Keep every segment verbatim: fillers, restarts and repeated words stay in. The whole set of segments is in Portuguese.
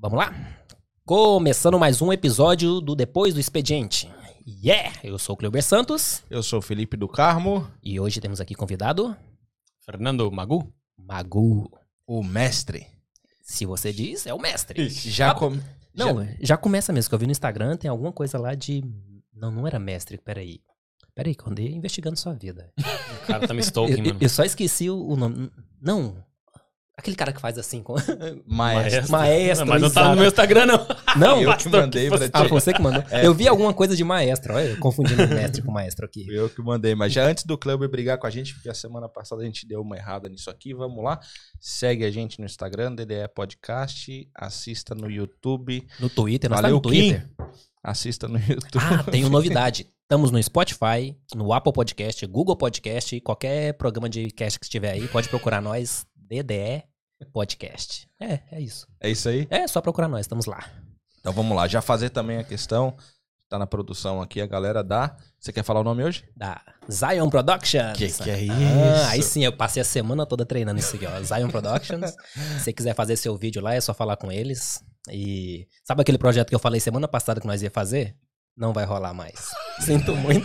Vamos lá? Começando mais um episódio do Depois do Expediente. Yeah! Eu sou o Cleuber Santos. Eu sou o Felipe do Carmo. E hoje temos aqui convidado... Fernando Magu. Magu. O mestre. Se você diz, é o mestre. Já ah, com... Não, já... já começa mesmo, que eu vi no Instagram, tem alguma coisa lá de... Não, não era mestre, peraí. Peraí, que eu andei investigando sua vida. O cara tá me stalking, eu, mano. Eu só esqueci o, o nome. Não... Aquele cara que faz assim com... Maestro. Maestro, Mas não exato. tá no meu Instagram, não. Não, eu que mandei pra ti. Ah, você que mandou. É. Eu vi alguma coisa de maestro. Olha, eu confundindo mestre com maestro aqui. Eu que mandei, mas já antes do Cleuber brigar com a gente, porque a semana passada a gente deu uma errada nisso aqui, vamos lá. Segue a gente no Instagram, D D E Podcast, assista no YouTube. No Twitter, nós Valeu, tá no Twitter. Kim. Assista no YouTube. Ah, tenho novidade. Estamos no Spotify, no Apple Podcast, Google Podcast, qualquer programa de cast que estiver aí, pode procurar nós, D D E Podcast. É, é isso. É isso aí? É, só procurar nós, estamos lá. Então vamos lá, já fazer também a questão, tá na produção aqui, a galera da... Você quer falar o nome hoje? Da Zion Productions. Que que é isso? Ah, aí sim, eu passei a semana toda treinando isso aqui, ó. Zion Productions. Se você quiser fazer seu vídeo lá, é só falar com eles. E sabe aquele projeto que eu falei semana passada que nós ia fazer? Não vai rolar mais. Sinto muito.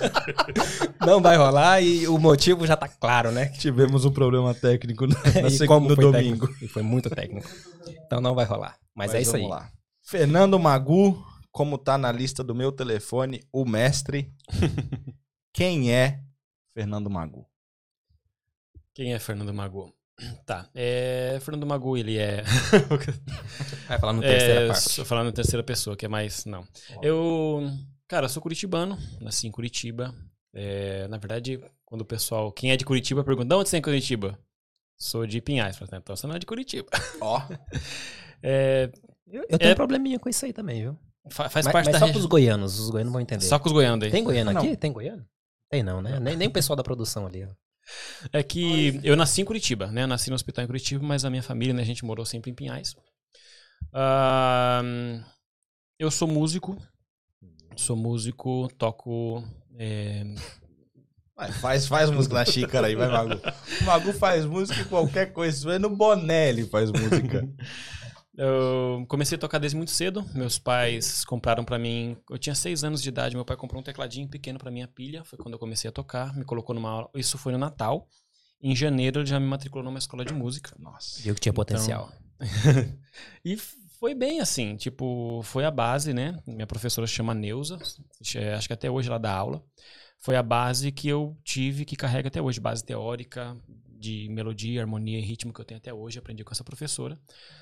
Não vai rolar e o motivo já tá claro, né? Tivemos um problema técnico na E segunda, como no foi domingo. técnico, e foi muito técnico. Então não vai rolar. Mas, Mas é isso aí. vamos lá. Fernando Magu, como tá na lista do meu telefone, o mestre. Quem é Fernando Magu? Quem é Fernando Magu? Tá, é... Fernando Magu, ele é... Vai falar no terceira é, parte. Só falando na terceira pessoa, que é mais... Não. Eu... Cara, eu sou curitibano, nasci em Curitiba. É, na verdade, quando o pessoal... Quem é de Curitiba pergunta, de onde você é em Curitiba? Sou de Pinhais. Então você não é de Curitiba. Ó. É, Eu, eu tenho é- um probleminha com isso aí também, viu? fa- faz Mas, parte mas da só regi- pros goianos, os goianos vão entender. Só com os goianos aí. Tem goiano Não. aqui? Tem goiano? Tem não, né? Nem, nem o pessoal da produção ali, ó. É que eu nasci em Curitiba, né? Eu nasci no hospital em Curitiba, mas a minha família, né? A gente morou sempre em Pinhais. Ah, eu sou músico. Sou músico, toco... é, Vai, faz, faz música na xícara aí, vai, Magu. O Magu faz música em qualquer coisa. No boné ele faz música. Eu comecei a tocar desde muito cedo. Meus pais compraram pra mim... Eu tinha seis anos de idade. Meu pai comprou um tecladinho pequeno pra minha pilha. Foi quando eu comecei a tocar. Me colocou numa aula. Isso foi no Natal. Em janeiro ele já me matriculou numa escola de música. Nossa. Viu que tinha potencial. E foi bem assim, tipo, foi a base, né? Minha professora se chama Neuza, acho que até hoje ela dá aula. Foi a base que eu tive, que carrega até hoje, base teórica de melodia, harmonia e ritmo que eu tenho até hoje, aprendi com essa professora.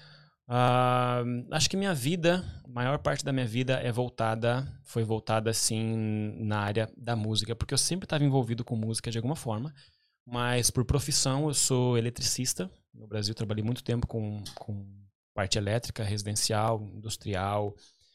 Ah, acho que minha vida, a maior parte da minha vida é voltada, foi voltada assim na área da música, porque eu sempre estava envolvido com música de alguma forma, mas por profissão eu sou eletricista. No Brasil trabalhei muito tempo com, com parte elétrica, residencial, industrial,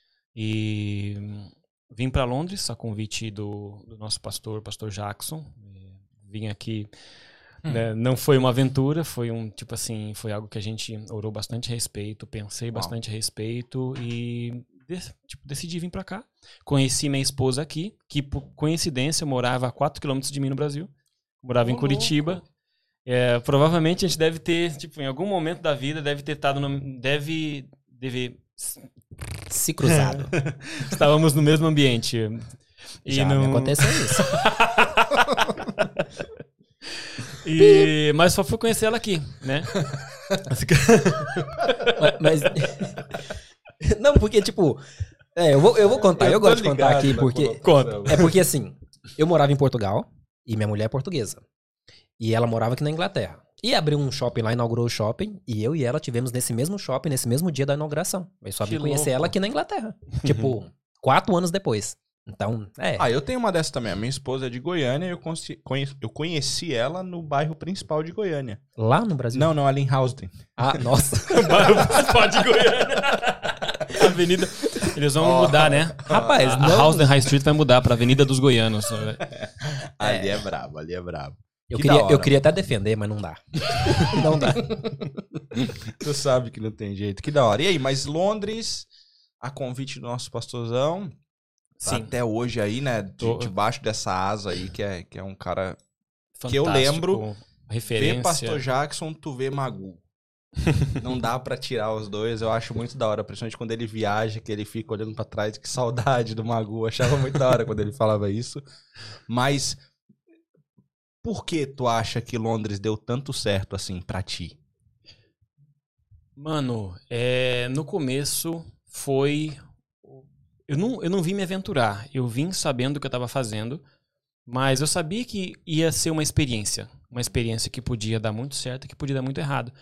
e vim para Londres a convite do, do nosso pastor, pastor Jackson. Vim aqui, hum. né, não foi uma aventura, foi um tipo assim, foi algo que a gente orou bastante a respeito, pensei bastante a respeito e de, tipo, decidi vir para cá. Conheci minha esposa aqui, que por coincidência morava a quatro quilômetros de mim no Brasil, morava Ô, em Curitiba. louco. É, provavelmente a gente deve ter, tipo, em algum momento da vida, deve ter estado no. Deve. Deve. Se cruzado. Estávamos no mesmo ambiente. E Já não... me aconteceu isso. e... Mas só fui conhecer ela aqui, né? Mas... Não, porque, tipo... É, eu vou, eu vou contar. Eu, Eu tô gosto de contar ligado aqui na porque... colocação. É porque, assim, eu morava em Portugal e minha mulher é portuguesa. E ela morava aqui na Inglaterra. E abriu um shopping lá, inaugurou o shopping. E eu e ela tivemos nesse mesmo shopping, nesse mesmo dia da inauguração. Eu só vim Que conhecer louco. ela aqui na Inglaterra. Tipo, quatro anos depois. Então, é. Ah, eu tenho uma dessa também. A minha esposa é de Goiânia e eu, conheci, conheci- eu conheci ela no bairro principal de Goiânia. Lá no Brasil? Não, não, ali em Housden. Ah, nossa. Bairro principal de Goiânia. Avenida. Eles vão Ó. mudar, né? Rapaz, A não... Housden High Street vai mudar pra Avenida dos Goianos. Ali é brabo, ali é brabo. Eu Que queria, da hora, eu queria até defender, mas não dá. Não dá. Tu sabe que não tem jeito. Que da hora. E aí, mas Londres, a convite do nosso pastorzão, tá Sim. até hoje aí, né? De- Tô- debaixo dessa asa aí, que é, que é um cara... Fantástico. Que eu lembro, Referência. Vê Pastor Jackson, tu vê Magu. Não dá pra tirar os dois, eu acho muito da hora, principalmente quando ele viaja, que ele fica olhando pra trás, que saudade do Magu, eu achava muito da hora quando ele falava isso. Mas por que tu acha que Londres deu tanto certo assim pra ti? Mano, é, no começo foi... Eu não, eu não vim me aventurar, eu vim sabendo o que eu tava fazendo, mas eu sabia que ia ser uma experiência. Uma experiência que podia dar muito certo e que podia dar muito errado.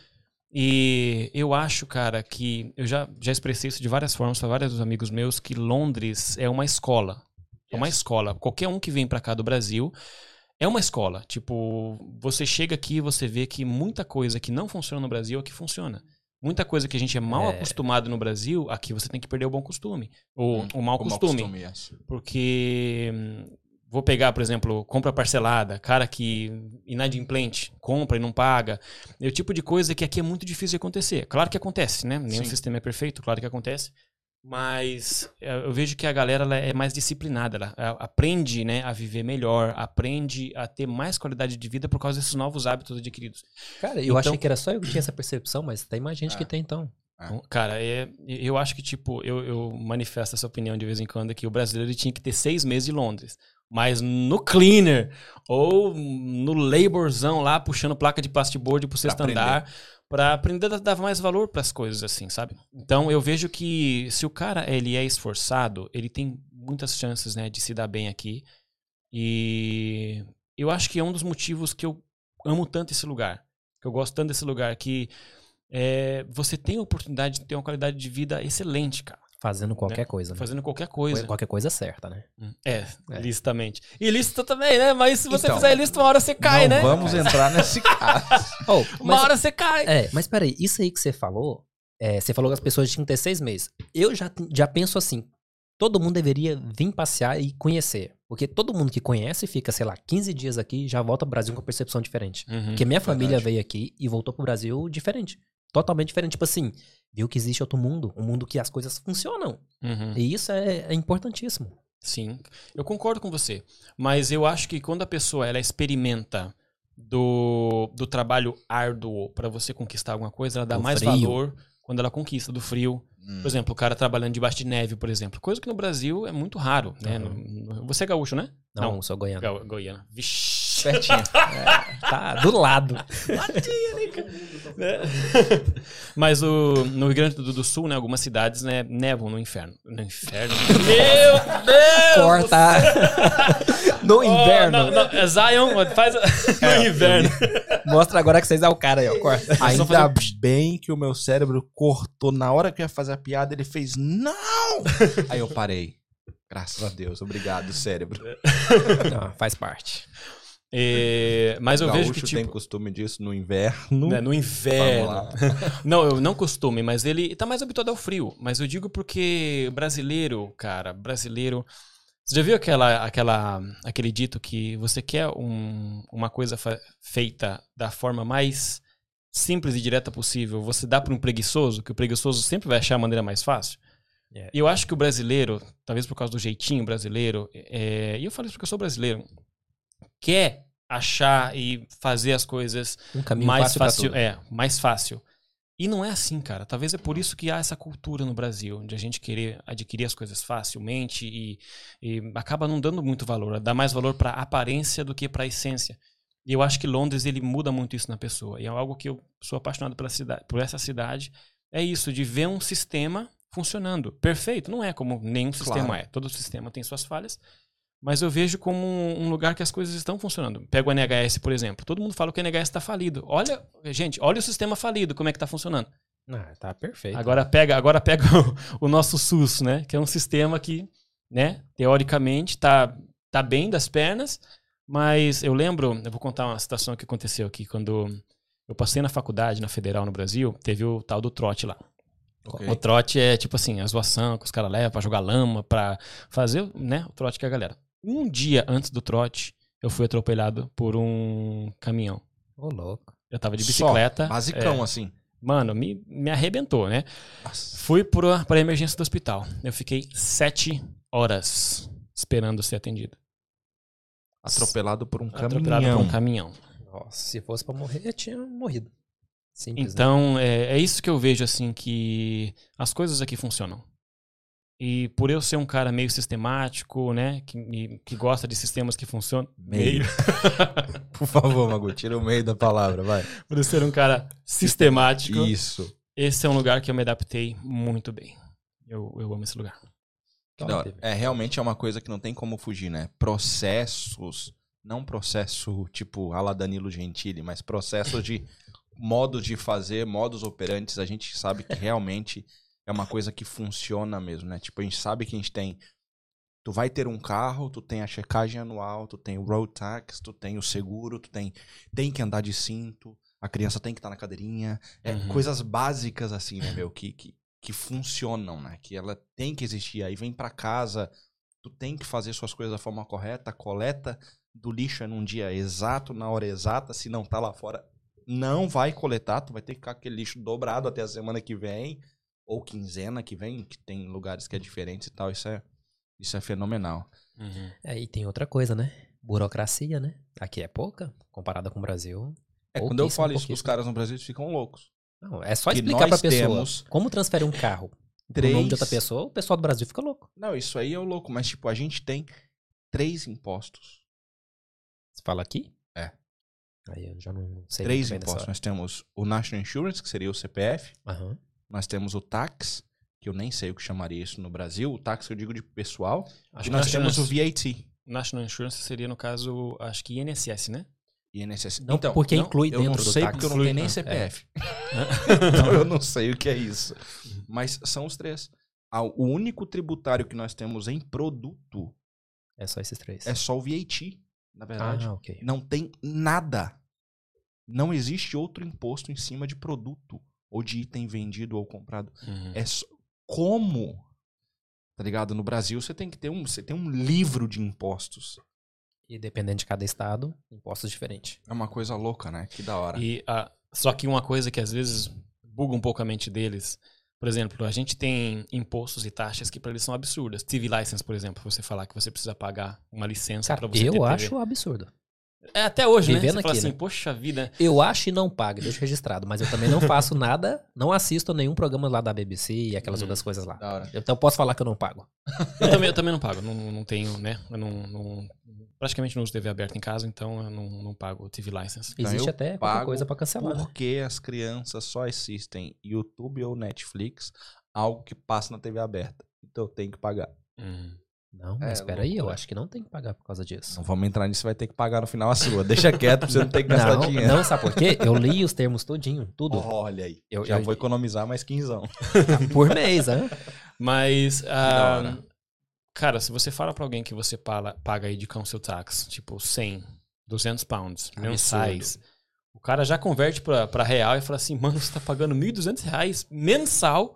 E eu acho, cara, que eu já, já expressei isso de várias formas para vários amigos meus, que Londres é uma escola. É uma escola. Qualquer um que vem para cá do Brasil é uma escola. Tipo, você chega aqui e você vê que muita coisa que não funciona no Brasil aqui funciona. Muita coisa que a gente é mal É. acostumado no Brasil, aqui você tem que perder o bom costume. Ou Hum, o mau o mau costume. costume, yes. Porque... hum, vou pegar, por exemplo, compra parcelada, cara que inadimplente, compra e não paga. É o tipo de coisa que aqui é muito difícil de acontecer. Claro que acontece, né? Nenhum Sim. sistema é perfeito, claro que acontece. Mas é, eu vejo que a galera ela é mais disciplinada. Ela ela aprende, né, a viver melhor, aprende a ter mais qualidade de vida por causa desses novos hábitos adquiridos. Cara, eu Então- achei que era só eu que tinha essa percepção, mas tem mais gente Ah. que tem, então. Então, cara, é, eu acho que, tipo, eu, eu manifesto essa opinião de vez em quando que o brasileiro ele tinha que ter seis meses em Londres. Mas no cleaner ou no laborzão lá, puxando placa de plastiboard pro sexto aprender. andar, pra aprender a dar mais valor pras coisas, assim, sabe? Então, eu vejo que se o cara ele é esforçado, ele tem muitas chances, né, de se dar bem aqui. E eu acho que é um dos motivos que eu amo tanto esse lugar. Que eu gosto tanto desse lugar, que é, você tem a oportunidade de ter uma qualidade de vida excelente, cara. Fazendo qualquer coisa, né? Fazendo qualquer coisa. Qualquer coisa certa, né? É, É. licitamente. Ilícito também, né? Mas se você Então, fizer ilícito, uma hora você cai, Não né? vamos entrar nesse caso. Oh, Uma mas, hora você cai. é, mas peraí, isso aí que você falou, é, você falou que as pessoas tinham que ter seis meses. Eu já, já penso assim, todo mundo deveria vir passear e conhecer. Porque todo mundo que conhece fica, sei lá, quinze dias aqui e já volta pro Brasil com percepção diferente. Uhum. Porque minha família verdade. veio aqui e voltou pro Brasil diferente. Totalmente diferente. Tipo assim, viu que existe outro mundo. Um mundo que as coisas funcionam. Uhum. E isso é, é importantíssimo. Sim, eu concordo com você. Mas eu acho que quando a pessoa ela experimenta do, do trabalho árduo para você conquistar alguma coisa, ela dá Do mais frio. valor quando ela conquista do frio. Hum. Por exemplo, o cara trabalhando debaixo de neve, por exemplo. Coisa que no Brasil é muito raro, né? Uhum. No- no- Você é gaúcho, né? Não, eu sou goiano. Gau- Goiano. Vixe. Pertinho. Tá do lado. Né? Mas o, no Rio Grande do, do Sul, né, algumas cidades, né, nevam no inferno. No inferno? Meu Deus! Corta. No Oh, inverno. não, não, é Zion, faz no É, eu inverno. Mostra agora que vocês é o cara aí, ó. Corta. Ainda fazer- bem que o meu cérebro cortou. Na hora que eu ia fazer a piada, ele fez não! Aí eu parei. Graças a Deus. Obrigado, cérebro. Não, faz parte. É, mas eu o vejo gaúcho que, tem tipo, costume disso no inverno. né, no inverno. Vamos lá. Não, eu não costume, mas ele tá mais habituado ao frio. Mas eu digo porque brasileiro, cara, brasileiro... Você já viu aquela, aquela, aquele dito que você quer um- uma coisa fa- feita da forma mais simples e direta possível, você dá para um preguiçoso, que o preguiçoso sempre vai achar a maneira mais fácil? É. E eu acho que o brasileiro, talvez por causa do jeitinho brasileiro, é, e eu falo isso porque eu sou brasileiro, quer achar e fazer as coisas Um caminho mais fácil, pra fácil, tudo. é, mais fácil. E não é assim, cara. Talvez é por isso que há essa cultura no Brasil, de a gente querer adquirir as coisas facilmente e, e acaba não dando muito valor, dá mais valor para aparência do que para essência. E eu acho que Londres ele muda muito isso na pessoa. E é algo que eu sou apaixonado pela cidade, por essa cidade, é isso de ver um sistema funcionando. Perfeito, não é como nenhum sistema Claro. é. Todo sistema tem suas falhas. Mas eu vejo como um lugar que as coisas estão funcionando. Pega o N H S, por exemplo. Todo mundo fala que o N H S está falido. Olha, gente, olha o sistema falido, como é que está funcionando. Ah, tá perfeito. Agora pega, agora pega o, o nosso SUS, né? Que é um sistema que, né, teoricamente tá, tá bem das pernas, mas eu lembro, eu vou contar uma situação que aconteceu aqui, quando eu passei na faculdade, na Federal no Brasil, teve o tal do trote lá. Ok. O trote é tipo assim, a zoação que os caras levam pra jogar lama, pra fazer, né, o trote com a galera. Um dia antes do trote, eu fui atropelado por um caminhão. Ô, louco. Eu tava de Só, bicicleta. basicão, é, assim. Mano, me, me arrebentou, né? Nossa. Fui pra, pra emergência do hospital. Eu fiquei sete horas esperando ser atendido. Atropelado por um Atropelado caminhão. por um caminhão. Nossa, se fosse pra morrer, eu tinha morrido. Simples, Então, né? é, é isso que eu vejo, assim, que as coisas aqui funcionam. E por eu ser um cara meio sistemático, né, que, que gosta de sistemas que funcionam... Meio. Por favor, Magu, tira o meio da palavra, vai. Por eu ser um cara sistemático, Isso. esse é um lugar que eu me adaptei muito bem. Eu, eu amo esse lugar. Que da hora. É, realmente é uma coisa que não tem como fugir, né? Processos, não processo tipo a la Danilo Gentili, mas processos de modos de fazer, modos operantes, a gente sabe que realmente é uma coisa que funciona mesmo, né? Tipo, a gente sabe que a gente tem... Tu vai ter um carro, tu tem a checagem anual, tu tem o road tax, tu tem o seguro, tu tem, tem que andar de cinto, a criança tem que estar na cadeirinha. É, Uhum. Coisas básicas assim, né, meu? Que, que, que funcionam, né? Que ela tem que existir. Aí vem pra casa, tu tem que fazer suas coisas da forma correta, a coleta do lixo é num dia exato, na hora exata, se não tá lá fora, não vai coletar, tu vai ter que ficar com aquele lixo dobrado até a semana que vem, ou quinzena que vem, que tem lugares que é diferente e tal, isso é, isso é fenomenal. Uhum. É, e tem outra coisa, né? Burocracia, né? Aqui é pouca, comparada com o Brasil. É, quando eu Pouquíssimo, falo isso, os pouquíssimo. caras no Brasil eles ficam loucos. Não, é só Que explicar nós pra pessoa temos como transfere um carro pro três- nome de outra pessoa, o pessoal do Brasil fica louco. Não, isso aí é o louco, mas tipo, a gente tem três impostos. Você fala aqui? É. Aí eu já não sei Três muito bem dessa impostos. hora. Nós temos o National Insurance, que seria o C P F. Aham. Nós temos o tax, que eu nem sei o que chamaria isso no Brasil. O tax eu digo de pessoal. Acho E que nós National- temos o V A T. National Insurance seria, no caso, acho que I N S S, né? I N S S. Não, então, porque não, inclui eu não dentro do sei tax. porque eu não Inclui- tenho nem ah, C P F. é. Então eu não sei o que é isso. Mas são os três. Ah, o único tributário que nós temos em produto É só esses três. é só o V A T, na verdade. Ah, ok. Não tem nada. Não existe outro imposto em cima de produto ou de item vendido ou comprado. Uhum. É só... Como? Tá ligado? No Brasil você tem que ter um, você tem um livro de impostos. E dependendo de cada estado, impostos diferentes. É uma coisa louca, né? Que da hora. E, ah, só que uma coisa que às vezes buga um pouco a mente deles, por exemplo, a gente tem impostos e taxas que para eles são absurdas. T V license, por exemplo, você falar que você precisa pagar uma licença Cara, para você ter eu T V. acho absurdo. É até hoje, né? Vivendo Você fala aqui, assim, né? poxa vida. Eu acho e não pago, deixo registrado. Mas eu também não faço nada, não assisto a nenhum programa lá da B B C e aquelas Hum, outras coisas lá. Da hora. Então eu posso falar que eu não pago. Eu também, eu também não pago, não, não tenho, né? Eu não, não- praticamente não uso T V aberta em casa, então eu não, não pago T V license. Então, Existe eu até qualquer pago coisa pra cancelar. né? Porque as crianças só assistem YouTube ou Netflix, algo que passa na T V aberta. Então eu tenho que pagar. Hum. Não, É, mas espera aí, eu loucura. acho que não tem que pagar por causa disso. Não vamos entrar nisso, vai ter que pagar no final a sua. Deixa quieto pra você não ter que gastar Não, dinheiro. não, sabe por quê? Eu li os termos tudinho, tudo. Olha aí. Eu- Já eu- vou economizar mais quinzão. Por mês, né? Mas, da ah, hora. cara, se você fala pra alguém que você paga, paga aí de council tax, tipo cem, duzentos pounds mensais, o cara já converte pra, pra real e fala assim, mano, você tá pagando mil e duzentos reais mensal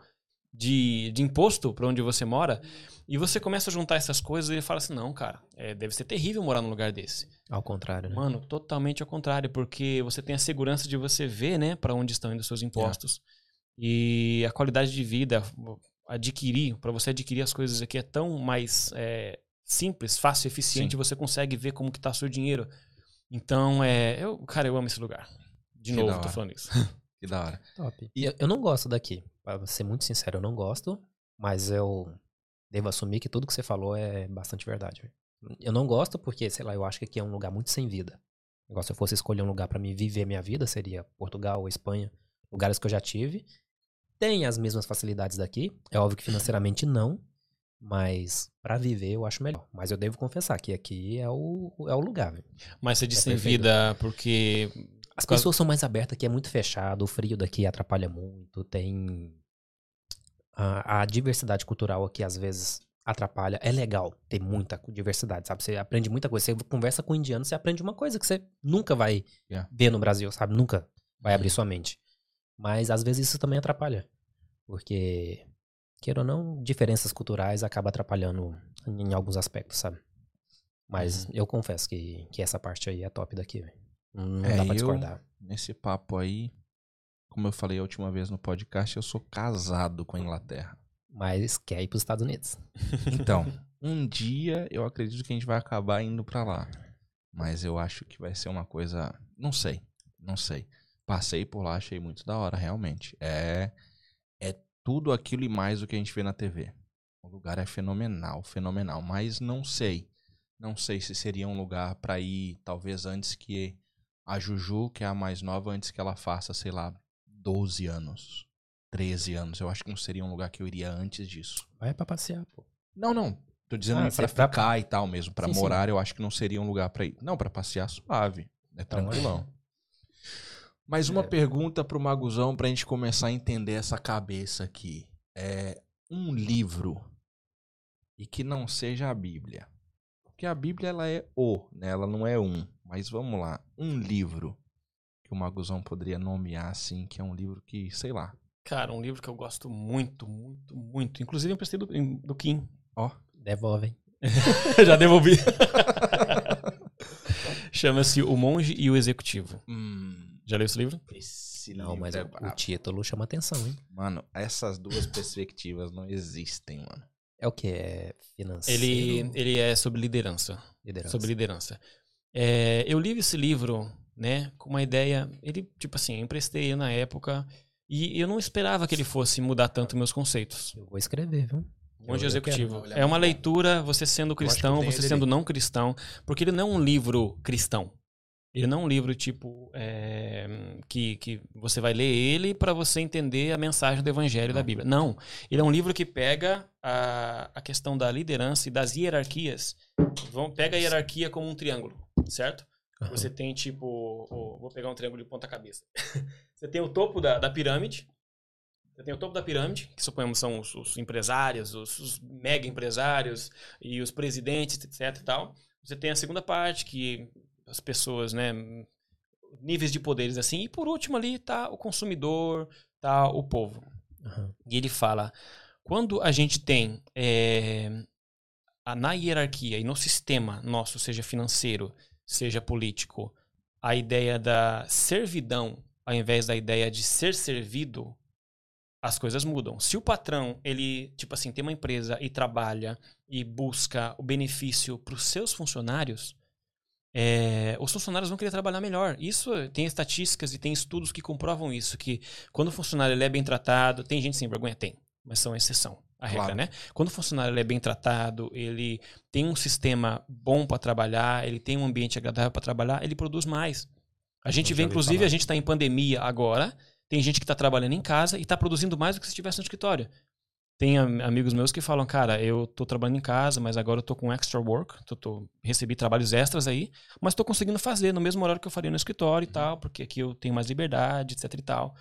de, de imposto pra onde você mora, e você começa a juntar essas coisas e ele fala assim, não, cara, é, deve ser terrível morar num lugar desse. Ao contrário, né? Mano, totalmente ao contrário, porque você tem a segurança de você ver, né, pra onde estão indo os seus impostos. E a qualidade de vida, adquirir, pra você adquirir as coisas aqui é tão mais é, simples, fácil, eficiente, Sim. você consegue ver como que tá o seu dinheiro. Então, é, eu, cara, eu amo esse lugar. De Que novo, da tô hora. falando isso. Que da hora. Top. E- Eu, eu não gosto daqui. Pra ser muito sincero, eu não gosto. Mas eu devo assumir que tudo que você falou é bastante verdade. Eu não gosto porque, sei lá, eu acho que aqui é um lugar muito sem vida. Agora, se eu fosse escolher um lugar pra me viver minha vida, seria Portugal ou Espanha. Lugares que eu já tive. Tem as mesmas facilidades daqui. É óbvio que financeiramente não. Mas pra viver eu acho melhor. Mas eu devo confessar que aqui é o, é o lugar. Velho. Mas você disse É em perfeito. vida porque... As Por causa- pessoas são mais abertas, aqui é muito fechado, o frio daqui atrapalha muito, tem... A, a diversidade cultural aqui às vezes atrapalha. É legal ter muita diversidade, sabe? Você aprende muita coisa. Você conversa com um indiano, você aprende uma coisa que você nunca vai Yeah. ver no Brasil, sabe? Nunca vai abrir sua mente. Mas às vezes isso também atrapalha. Porque, queira ou não, diferenças culturais acabam atrapalhando em alguns aspectos, sabe? Mas eu confesso que, que essa parte aí é top daqui, velho. Não É, dá pra eu- discordar. Nesse papo aí, como eu falei a última vez no podcast, eu sou casado com a Inglaterra. Mas quer ir pros Estados Unidos. Então, um dia eu acredito que a gente vai acabar indo pra lá. Mas eu acho que vai ser uma coisa... Não sei, não sei. Passei por lá, achei muito da hora, realmente. É, é tudo aquilo e mais do que a gente vê na T V. O lugar é fenomenal, fenomenal. Mas não sei. Não sei se seria um lugar pra ir, talvez antes que a Juju, que é a mais nova, antes que ela faça, sei lá, doze anos, treze anos. Eu acho que não seria um lugar que eu iria antes disso. Vai pra passear, pô. Não, não. Tô dizendo Ah, pra você pra- ficar e tal mesmo. Pra Sim, morar, eu acho que não seria um lugar pra ir. Não, pra passear suave. É Então, tranquilão. Mais uma É. pergunta pro Maguzão pra gente começar a entender essa cabeça aqui. É um livro e que não seja a Bíblia. Porque a Bíblia, ela é o, né? Ela não é um. Mas vamos lá. Um livro que o Maguzão poderia nomear assim, que é um livro que, sei lá. Cara, um livro que eu gosto muito, muito, muito. Inclusive, eu emprestei do, do Kim. Ó. Devolvem. Já devolvi. Chama-se O Monge e o Executivo. Hum, Já leu esse livro? esse Não, livro mas é o, o brabo. título chama atenção, hein? Mano, essas duas perspectivas não existem, mano. É o que? É financeiro? Ele, ele é sobre liderança. Liderança. Sobre liderança. É, eu li esse livro, né, com uma ideia. Ele, tipo assim, eu emprestei ele na época e eu não esperava que ele fosse mudar tanto meus conceitos. Eu vou escrever, viu? Monge Eu- eu Executivo. quero. Ele é É uma muito bom. leitura, você sendo acho que eu cristão, tenho você ele sendo ali. não cristão. Porque ele não é um livro cristão. Ele não é um livro, tipo, é, que, que você vai ler ele para você entender a mensagem do evangelho da Bíblia. Não. Ele é um livro que pega a, a questão da liderança e das hierarquias. Vamos, pega a hierarquia como um triângulo, certo? Aham. Você tem, tipo, o- vou pegar um triângulo de ponta cabeça. Você tem o topo da, da pirâmide. Você tem o topo da pirâmide, que suponhamos são os, os empresários, os, os mega empresários e os presidentes, etc e tal. Você tem a segunda parte, que as pessoas, né, níveis de poderes assim. E por último ali tá o consumidor, tá o povo. Aham. E ele fala, quando a gente tem é, a, na hierarquia e no sistema nosso, seja financeiro, seja político, a ideia da servidão, ao invés da ideia de ser servido, as coisas mudam. Se o patrão, ele, tipo assim, tem uma empresa e trabalha e busca o benefício para os seus funcionários, é, os funcionários vão querer trabalhar melhor. Isso tem estatísticas e tem estudos que comprovam isso, que quando o funcionário ele é bem tratado, tem gente sem vergonha? Tem, mas são exceção. A regra, Claro. né? Quando o funcionário ele é bem tratado, ele tem um sistema bom para trabalhar, ele tem um ambiente agradável para trabalhar, ele produz mais. A gente Eu vê, já ouvi inclusive, falar. a gente está em pandemia agora, tem gente que está trabalhando em casa e está produzindo mais do que se estivesse no escritório. Tem am- amigos meus que falam, cara, eu tô trabalhando em casa, mas agora eu tô com extra work, tô, tô- recebi trabalhos extras aí, mas tô conseguindo fazer no mesmo horário que eu faria no escritório e tal, porque aqui eu tenho mais liberdade, etc e tal.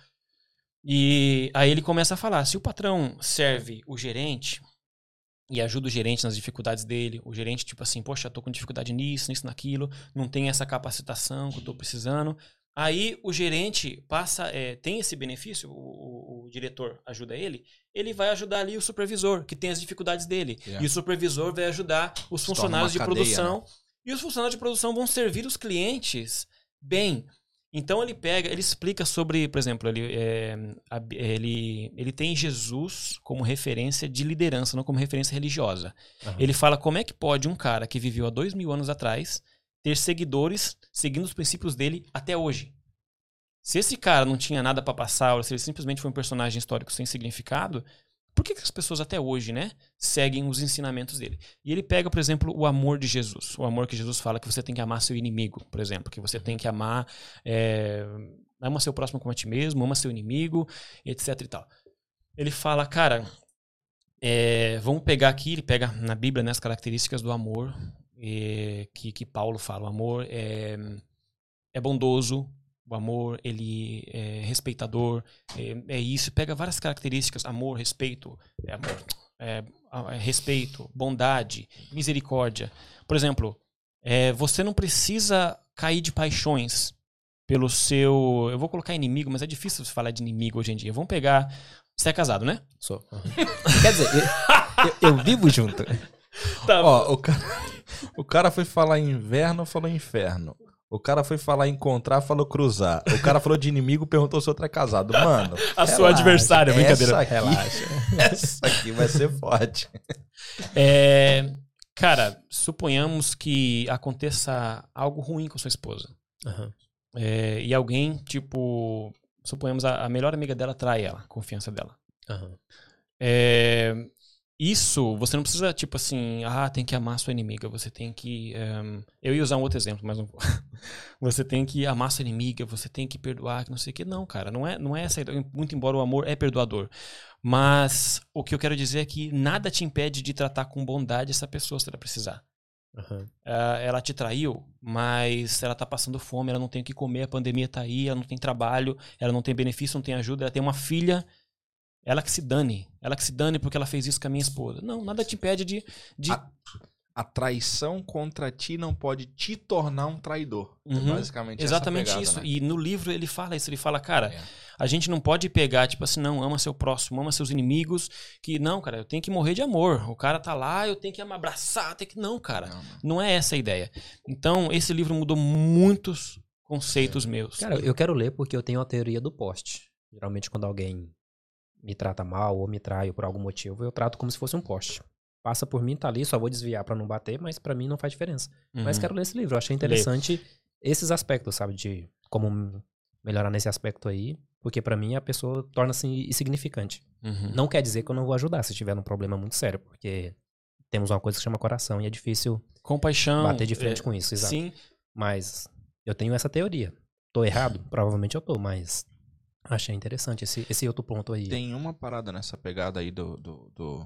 E aí ele começa a falar, se o patrão serve o gerente e ajuda o gerente nas dificuldades dele, o gerente tipo assim, poxa, eu tô com dificuldade nisso, nisso, naquilo, não tem essa capacitação que eu tô precisando. Aí o gerente passa, é, tem esse benefício, o, o- o diretor ajuda ele, ele vai ajudar ali o supervisor, que tem as dificuldades dele. Yeah. E o supervisor vai ajudar os Se torna funcionários uma de cadeia, produção. E os funcionários de produção vão servir os clientes bem. Então ele pega, ele explica sobre, por exemplo, ele, é, a- ele, ele tem Jesus como referência de liderança, não como referência religiosa. Aham. Ele fala como é que pode um cara que viveu há dois mil anos atrás ter seguidores seguindo os princípios dele até hoje. Se esse cara não tinha nada pra passar, ou se ele simplesmente foi um personagem histórico sem significado, por que, que as pessoas até hoje, né, seguem os ensinamentos dele? E ele pega, por exemplo, o amor de Jesus. O amor que Jesus fala que você tem que amar seu inimigo, por exemplo. Que você tem que amar... É, ama seu próximo como a ti mesmo, ama seu inimigo, etc e tal. Ele fala, cara, é, vamos pegar aqui, ele pega na Bíblia, né, as características do amor é, que, que Paulo fala. O amor é, é bondoso, o amor ele é respeitador, é, é isso, pega várias características, amor, respeito, é amor, é, é respeito, bondade, misericórdia. Por exemplo, é, você não precisa cair de paixões pelo seu... Eu vou colocar inimigo, mas é difícil você falar de inimigo hoje em dia. Vamos pegar... Você é casado, né? Sou. Aham. Quer dizer, eu, eu- eu vivo junto. Tá. Ó, o cara, o cara foi falar inverno, falou inferno. O cara foi falar encontrar, falou cruzar. O cara falou de inimigo, perguntou se o outro é casado. Mano, A sua adversária, brincadeira. essa aqui, Relaxa. essa aqui vai ser forte. É, cara, suponhamos que aconteça algo ruim com sua esposa. Aham. é, e alguém, tipo, suponhamos a, a melhor amiga dela trai ela, a confiança dela. Uhum. É, isso, você não precisa, tipo assim, ah, tem que amar sua inimiga, você tem que... Um, eu ia usar um outro exemplo, mas não vou. Você tem que amar sua inimiga, você tem que perdoar, que não sei o que. Não, cara, não é, não é essa ideia. Muito embora o amor é perdoador. Mas o que eu quero dizer é que nada te impede de tratar com bondade essa pessoa se ela precisar. Uhum. Uh, ela te traiu, mas ela tá passando fome, ela não tem o que comer, a pandemia tá aí, ela não tem trabalho, ela não tem benefício, não tem ajuda, ela tem uma filha... Ela que se dane. Ela que se dane porque ela fez isso com a minha esposa. Não, nada te impede de... de... A, a traição contra ti não pode te tornar um traidor. Uhum. Basicamente exatamente essa pegada, isso. né? E no livro ele fala isso. Ele fala, cara, É. a gente não pode pegar, tipo assim, não, ama seu próximo, ama seus inimigos. Que não, cara, eu tenho que morrer de amor. O cara tá lá, eu tenho que me abraçar. Tenho que... Não, cara. Não, não. não é essa a ideia. Então, esse livro mudou muitos conceitos é. meus. Cara, eu quero ler porque eu tenho a teoria do poste. Geralmente quando alguém... me trata mal ou me trai por algum motivo, eu trato como se fosse um poste. Passa por mim, tá ali, só vou desviar pra não bater, mas pra mim não faz diferença. Uhum. Mas quero ler esse livro, eu achei interessante Lê. esses aspectos, sabe, de como melhorar nesse aspecto aí, porque pra mim a pessoa torna-se insignificante. Uhum. Não quer dizer que eu não vou ajudar se tiver um problema muito sério, porque temos uma coisa que chama coração e é difícil Compaixão, bater de frente é, com isso, exato. Sim. Mas eu tenho essa teoria. Tô errado? Provavelmente eu tô, mas... achei interessante esse, esse outro ponto aí. Tem uma parada nessa pegada aí do, do, do,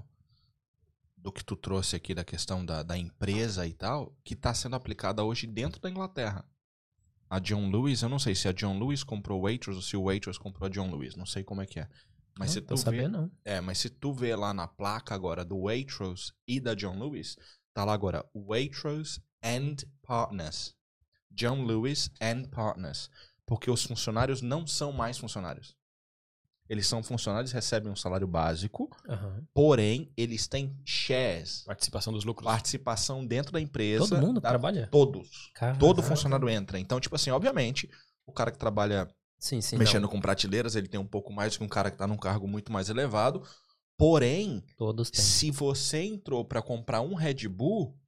do que tu trouxe aqui da questão da, da empresa e tal, que está sendo aplicada hoje dentro da Inglaterra. A John Lewis, eu não sei se a John Lewis comprou o Waitrose ou se o Waitrose comprou a John Lewis, não sei como é que é. Mas não, se tu saber, vê, não. É, mas se tu vê lá na placa agora do Waitrose e da John Lewis, tá lá agora Waitrose and Partners. John Lewis and Partners. Porque os funcionários não são mais funcionários. Eles são funcionários, recebem um salário básico, uhum. porém, eles têm shares. Participação dos lucros. Participação dentro da empresa. Todo mundo da, trabalha? Todos. Caraca. Todo funcionário entra. Então, tipo assim, obviamente, o cara que trabalha sim, sim, mexendo não. com prateleiras, ele tem um pouco mais que um cara que está num cargo muito mais elevado. Porém, todos têm. Se você entrou para comprar um Red Bull...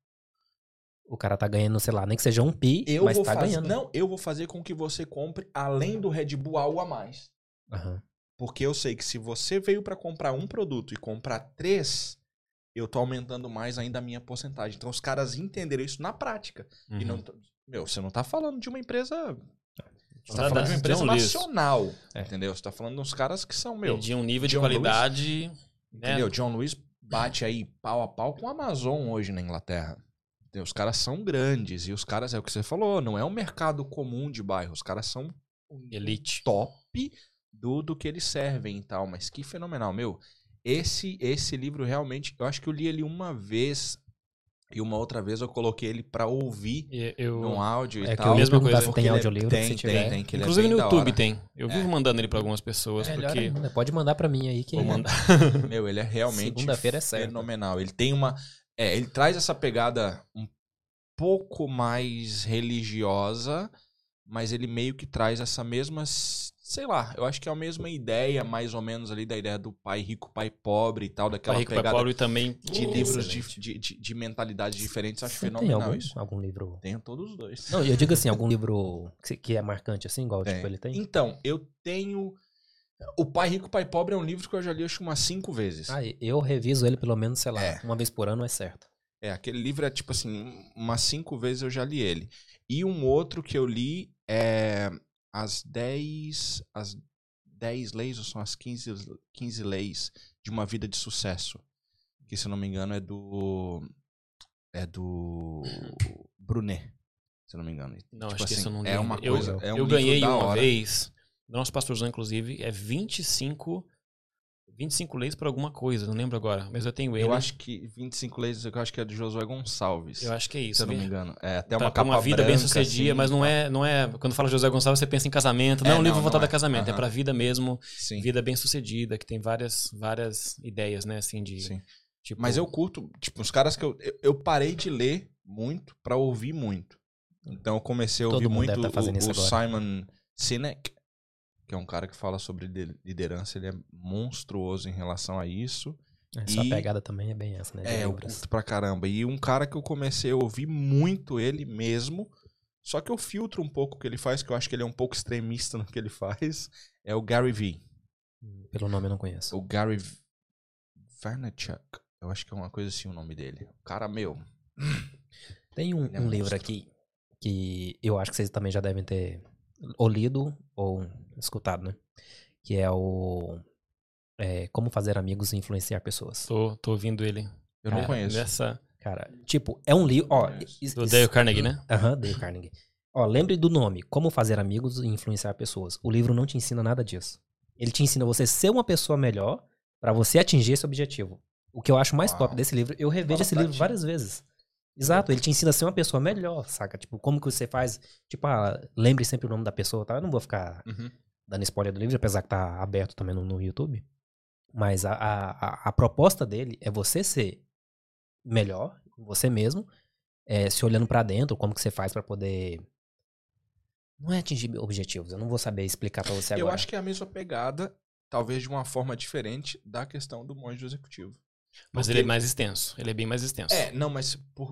o cara tá ganhando, sei lá, nem que seja um pi, eu mas vou tá fazer, ganhando. Não, eu vou fazer com que você compre, além do Red Bull, algo a mais. Uhum. Porque eu sei que se você veio para comprar um produto e comprar três, eu tô aumentando mais ainda a minha porcentagem. Então os caras entenderam isso na prática. Uhum. E não, meu, você não tá falando de uma empresa... Você Nada, tá falando de uma empresa nacional, é. entendeu? Você tá falando de uns caras que são, meu... de um nível de John qualidade... Lewis, entendeu? Né? John Lewis bate aí pau a pau com a Amazon hoje na Inglaterra. Os caras são grandes e os caras, é o que você falou, não é um mercado comum de bairro. Os caras são elite, top do, do que eles servem e tal. Mas que fenomenal, meu. Esse, esse livro realmente, eu acho que eu li ele uma vez e uma outra vez eu coloquei ele pra ouvir eu, num áudio é e que tal. eu mesma coisa. Se tem audiolivro, tem, se tem, tiver. tem, que ele inclusive é bem no YouTube da hora. tem. Eu vivo é. mandando ele pra algumas pessoas. É, porque ainda. Pode mandar pra mim aí que vou mandar. Meu, ele é realmente segunda-feira é certo. fenomenal. Ele tem uma... É, ele traz essa pegada um pouco mais religiosa, mas ele meio que traz essa mesma, sei lá, eu acho que é a mesma ideia, mais ou menos ali, da ideia do pai rico, pai pobre e tal, daquela pai rico, pegada pai pobre também de uh, livros de, de, de, de mentalidades diferentes. Acho Você fenomenal tem algum, isso. algum livro? Tenho todos os dois. Não, eu digo assim, algum livro que, que é marcante assim, igual Tem. tipo, ele tem? Então, eu tenho... O Pai Rico, Pai Pobre é um livro que eu já li acho umas cinco vezes. Ah, eu reviso ele pelo menos, sei lá, É. uma vez por ano é certo. É, aquele livro é tipo assim, umas cinco vezes eu já li ele. E um outro que eu li é as dez, as dez leis, ou são as quinze, quinze leis de uma vida de sucesso. Que, se eu não me engano, é do... É do Brunet, se eu não me engano. Não, tipo acho assim, que isso eu não li. é uma eu, coisa, é um eu livro ganhei da uma hora. vez, do nosso pastorzão, inclusive, é vinte e cinco leis para alguma coisa, não lembro agora, mas eu tenho ele. Eu acho que vinte e cinco leis, eu acho que é de Josué Gonçalves. Eu acho que é isso. Se eu não né? me engano. É até Pra- uma pra capa uma vida branca, bem sucedida, assim, mas não tá? é, não é. Quando fala José Gonçalves, você pensa em casamento. Não É, é um livro não, voltado não a é. casamento, é Aham. pra vida mesmo, Sim. vida bem sucedida, que tem várias, várias ideias, né, assim, de... Sim. Tipo, Mas eu curto, tipo, os caras que eu, eu, eu parei de ler muito pra ouvir muito. Então eu comecei a Todo ouvir mundo muito deve tá fazendo o, isso o agora. Simon Sinek, que é um cara que fala sobre li- liderança, ele é monstruoso em relação a isso. É, sua E- pegada também é bem essa, né? de É, eu livros. curto pra caramba. E um cara que eu comecei a ouvir muito ele mesmo Só que eu filtro um pouco o que ele faz, que eu acho que ele é um pouco extremista no que ele faz. É o Gary Vee. Pelo nome eu não conheço. O Gary Vaynerchuk. Eu acho que é uma coisa assim o nome dele. O cara, meu... Tem um, é um um livro monstro. aqui que eu acho que vocês também já devem ter ou lido ou escutado, né? Que é o é, Como Fazer Amigos e Influenciar Pessoas. Tô, tô ouvindo ele. Eu não É, conheço. Dessa, Cara, tipo, é um livro... Ó, is- do is- Dale Carnegie, né? Aham, Dale Carnegie. Ó, lembre do nome, Como Fazer Amigos e Influenciar Pessoas. O livro não te ensina nada disso. Ele te ensina você ser uma pessoa melhor pra você atingir esse objetivo. O que eu acho mais Uau. top desse livro, eu revejo esse livro Bastante. várias vezes. Exato, ele te ensina a ser uma pessoa melhor, saca? Tipo, como que você faz... Tipo, ah, lembre sempre o nome da pessoa, tá? Eu não vou ficar Uhum. dando spoiler do livro, apesar que tá aberto também no, no YouTube. Mas a, a, a, a proposta dele é você ser melhor, você mesmo, é, se olhando pra dentro, como que você faz pra poder... Não é atingir objetivos, eu não vou saber explicar pra você agora. Eu acho que é a mesma pegada, talvez de uma forma diferente, da questão do monge do executivo. Mas Porque ele é mais extenso. Ele é bem mais extenso. É, não, mas por...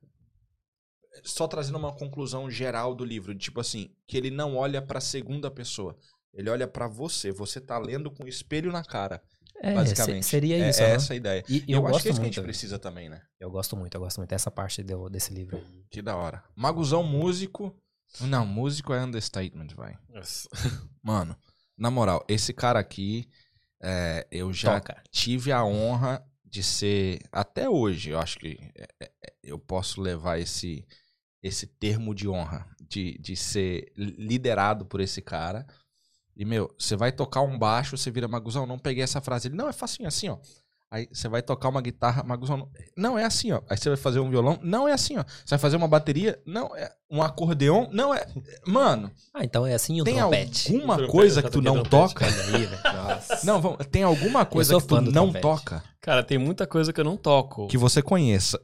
só trazendo uma conclusão geral do livro, tipo assim, que ele não olha pra segunda pessoa, ele olha pra você, você tá lendo com o espelho na cara, É, basicamente. se- seria É- isso. É, aham. essa a ideia. E, E eu, eu, acho gosto que é isso que a muito. gente precisa também, né? Eu gosto muito, eu gosto muito dessa parte do- desse livro aí. Que da hora. Maguzão músico. Não, músico é understatement, vai. Nossa. Mano, na moral, esse cara aqui, é, eu já Toca. tive a honra de ser, até hoje, eu acho que é, é, eu posso levar esse, esse termo de honra, de, de ser liderado por esse cara. E, meu, você vai tocar um baixo, você vira Maguzão, não peguei essa frase. Ele, não, é facinho, assim, ó. Aí você vai tocar uma guitarra, Maguzão, não, não é assim, ó. Aí você vai fazer um violão, não é assim, ó. Você vai fazer uma bateria, não é um acordeon, não é... Mano, Ah, então é assim o tem trompete. alguma Trompete, coisa eu que já tu toquei não trompete. toca? Olha aí, velho. Nossa. Não, vamos, tem alguma coisa sou que tu fã do não trompete. toca Cara, tem muita coisa que eu não toco. que você conheça.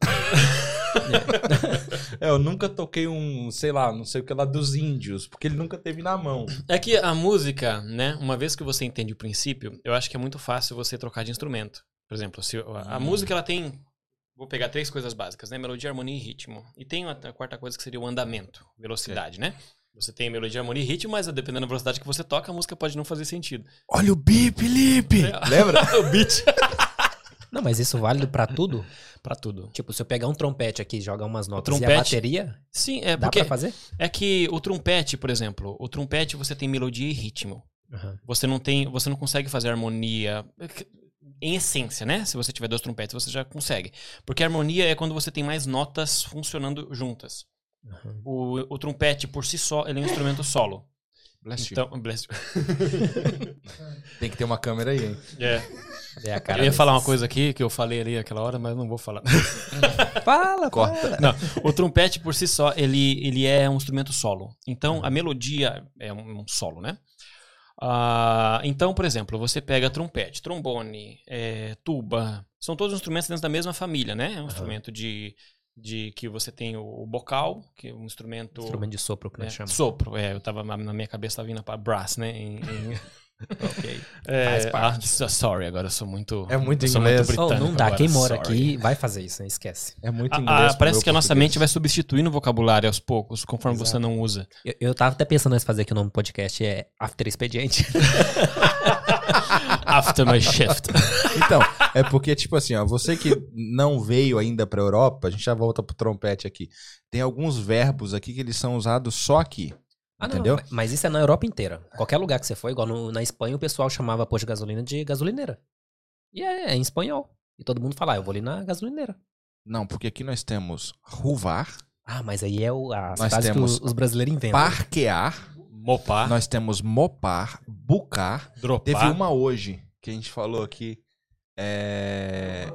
É, eu nunca toquei um, sei lá, não sei o que lá dos índios, porque ele nunca teve na mão. É que a música, né? Uma vez que você entende o princípio, eu acho que é muito fácil você trocar de instrumento. Por exemplo, se a, a Hum. música ela tem, vou pegar três coisas básicas, né? Melodia, harmonia e ritmo. E tem a, a quarta coisa que seria o andamento, velocidade, né? Você tem melodia, harmonia e ritmo, mas dependendo da velocidade que você toca, a música pode não fazer sentido. Olha o bi, Felipe! Lembra? O beat. Não, mas isso vale pra tudo? Pra tudo. Tipo, se eu pegar um trompete aqui e jogar umas notas e a trompete- bateria, Sim, é dá porque pra fazer? é que o trompete, por exemplo, o trompete você tem melodia e ritmo. Aham. Você não tem, você não consegue fazer harmonia em essência, né? Se você tiver dois trompetes, você já consegue. Porque a harmonia é quando você tem mais notas funcionando juntas. Aham. O, o trompete por si só, ele é um instrumento solo. Bless you. Então, bless you. Tem que ter uma câmera aí, hein? É. É a cara Eu ia falar uma desses. coisa aqui que eu falei ali aquela hora, mas não vou falar. Fala, Corta. Não, o trompete por si só, ele, ele é um instrumento solo. Então, a melodia é um, um solo, né? Ah, então, por exemplo, você pega trompete, trombone, é, tuba, são todos instrumentos dentro da mesma família, né? É um instrumento de, de que você tem o bocal, que é um instrumento... Instrumento de sopro que né, nós chamamos. sopro, é, eu tava, na na minha cabeça tava vindo para brass, né? Em, em- Ok. é, Faz parte. ah, so- sorry, agora eu sou muito... É muito eu sou inglês. Oh, britânico não dá, agora, quem mora sorry. aqui vai fazer isso, né? Esquece. É muito Ah, inglês. ah, pro parece meu que a nossa português. mente vai substituindo o vocabulário aos poucos, conforme Exato. você não usa. Eu, eu tava até pensando em fazer aqui o nome do podcast, é After Expediente. After my shift. Então, é porque, tipo assim, ó, você que não veio ainda pra Europa, a gente já volta pro trompete aqui. Tem alguns verbos aqui que eles são usados só aqui. Ah, não, Entendeu? mas- mas isso é na Europa inteira. Qualquer lugar que você for, igual no- na Espanha, o pessoal chamava posto de gasolina de gasolineira. E é, é em espanhol. E todo mundo fala, ah, eu vou ali na gasolineira. Não, porque aqui nós temos ruvar, Ah, mas aí é o, as Nós frases temos que os, os brasileiros inventam. parquear, Mopar, nós temos mopar, bucar. dropar. Teve uma hoje que a gente falou aqui. É.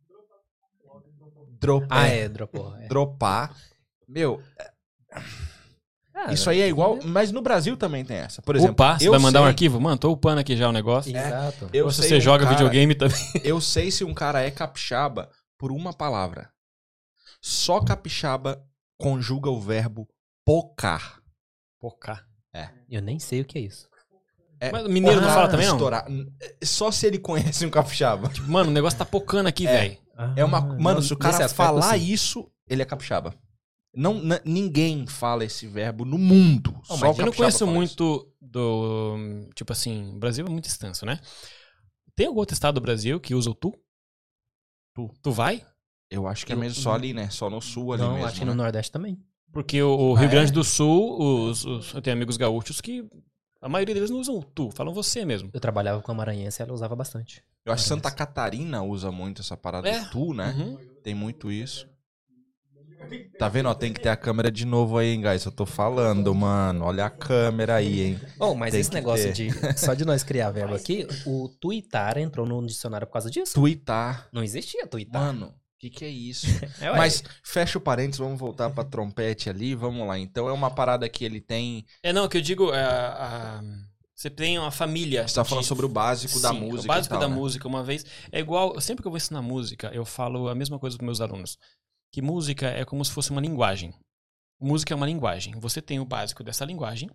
Drop, Ah, é, é, dropou. É. Dropar. Meu, Ah, isso aí é igual. Mas no Brasil também tem essa. Por exemplo, Upar, você eu vai mandar um sei- arquivo? Mano, tô upando aqui já o negócio. Exato. Eu Ou se sei você um joga cara- videogame também. Eu sei se um cara é capixaba por uma palavra. Só capixaba conjuga o verbo pocar. Pocar. Eu nem sei o que é isso. É Mas mineiro não porrar, fala também, não? estourar. Só se ele conhece um capixaba. Tipo, mano, o negócio tá pocando aqui, É. velho. É uma. Ah, Mano, não, se o cara nesse aspecto, falar sim. isso, ele é capixaba. Não, n- ninguém fala esse verbo no mundo. Oh, Só mas o Eu não capixaba conheço fala muito do... Tipo assim, o Brasil é muito extenso, né? Tem algum outro estado do Brasil que usa o tu? Tu, tu vai? isso. Eu acho que é Eu- mesmo só ali, né? Só no sul ali Não, mesmo. acho que né? no Nordeste também. Porque o, o Ah, Rio é? Grande do Sul, os, os- eu tenho amigos gaúchos que a maioria deles não usam o tu, falam você mesmo. Eu trabalhava com a maranhense e ela usava bastante. Eu acho que Santa Catarina usa muito essa parada É. do tu, né? Uhum. Tem muito isso. Tá vendo? Ó, tem que ter a câmera de novo aí, hein, guys? Eu tô falando, mano. Olha a câmera aí, hein? Oh, mas Tem esse que negócio ter. de... Só de nós criar verbo aqui, o tuitar entrou no dicionário por causa disso. Tuitar. Não existia tuitar. Mano, o que que é isso? É, ué. Mas fecha o parênteses, vamos voltar pra trompete ali, vamos lá. Então é uma parada que ele tem... É, não, o que eu digo, é, a- você tem uma família. Você tá falando de- sobre o básico da Sim, música o básico e tal, da né? música, uma vez. É igual, sempre que eu vou ensinar música, eu falo a mesma coisa para meus alunos. Que música é como se fosse uma linguagem. Música é uma linguagem. Você tem o básico dessa linguagem.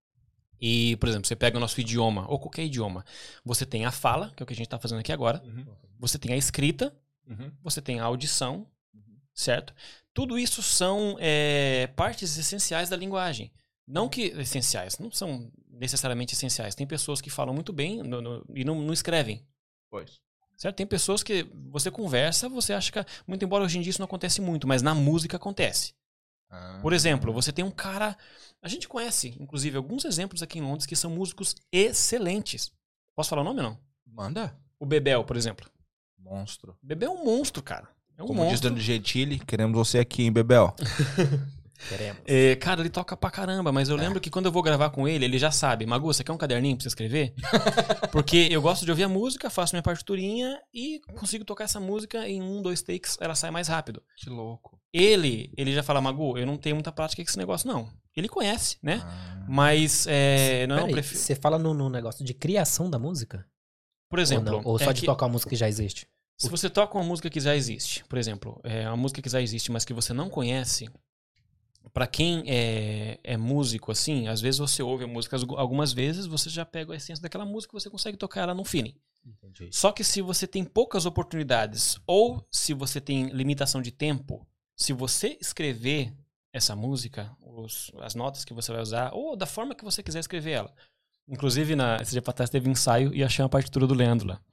E, por exemplo, você pega o nosso idioma, ou qualquer idioma. Você tem a fala, que é o que a gente tá fazendo aqui agora. Uhum. Você tem a escrita. Uhum. Você tem a audição. Certo? Tudo isso são é, partes essenciais da linguagem. Não que essenciais, não são necessariamente essenciais. Tem pessoas que falam muito bem no, no, e não, não escrevem. Pois. Certo? Tem pessoas que você conversa, você acha que... Muito embora hoje em dia isso não acontece muito, mas na música acontece. Ah. Por exemplo, você tem um cara... A gente conhece, inclusive, alguns exemplos aqui em Londres que são músicos excelentes. Posso falar o nome ou não? Manda. O Bebel, por exemplo. Monstro. O Bebel é um monstro, cara. É um Como diz monstro. Dani Gentili, queremos você aqui, hein, Bebel? Queremos. É, cara, ele toca pra caramba, mas eu lembro que quando eu vou gravar com ele, ele já sabe. Magu, você quer um caderninho pra você escrever? Porque eu gosto de ouvir a música, faço minha partiturinha e consigo tocar essa música em um, dois takes, ela sai mais rápido. Que louco. Ele, ele já fala, Magu, eu não tenho muita prática com esse negócio, não. Ele conhece, né? Ah. Mas, é, não, eu Peraí, prefiro... você fala no, no negócio de criação da música? Por exemplo... Ou, não? Ou só é de que tocar uma música que já existe? se você toca uma música que já existe, por exemplo, é uma música que já existe, mas que você não conhece... Pra quem é, é músico, assim, às vezes você ouve a música, algumas vezes você já pega a essência daquela música e você consegue tocar ela no feeling. Entendi. Só que se você tem poucas oportunidades, ou se você tem limitação de tempo, se você escrever essa música, os, as notas que você vai usar, ou da forma que você quiser escrever ela. Inclusive, na, esse dia pra trás teve ensaio e achei uma partitura do Leandro lá.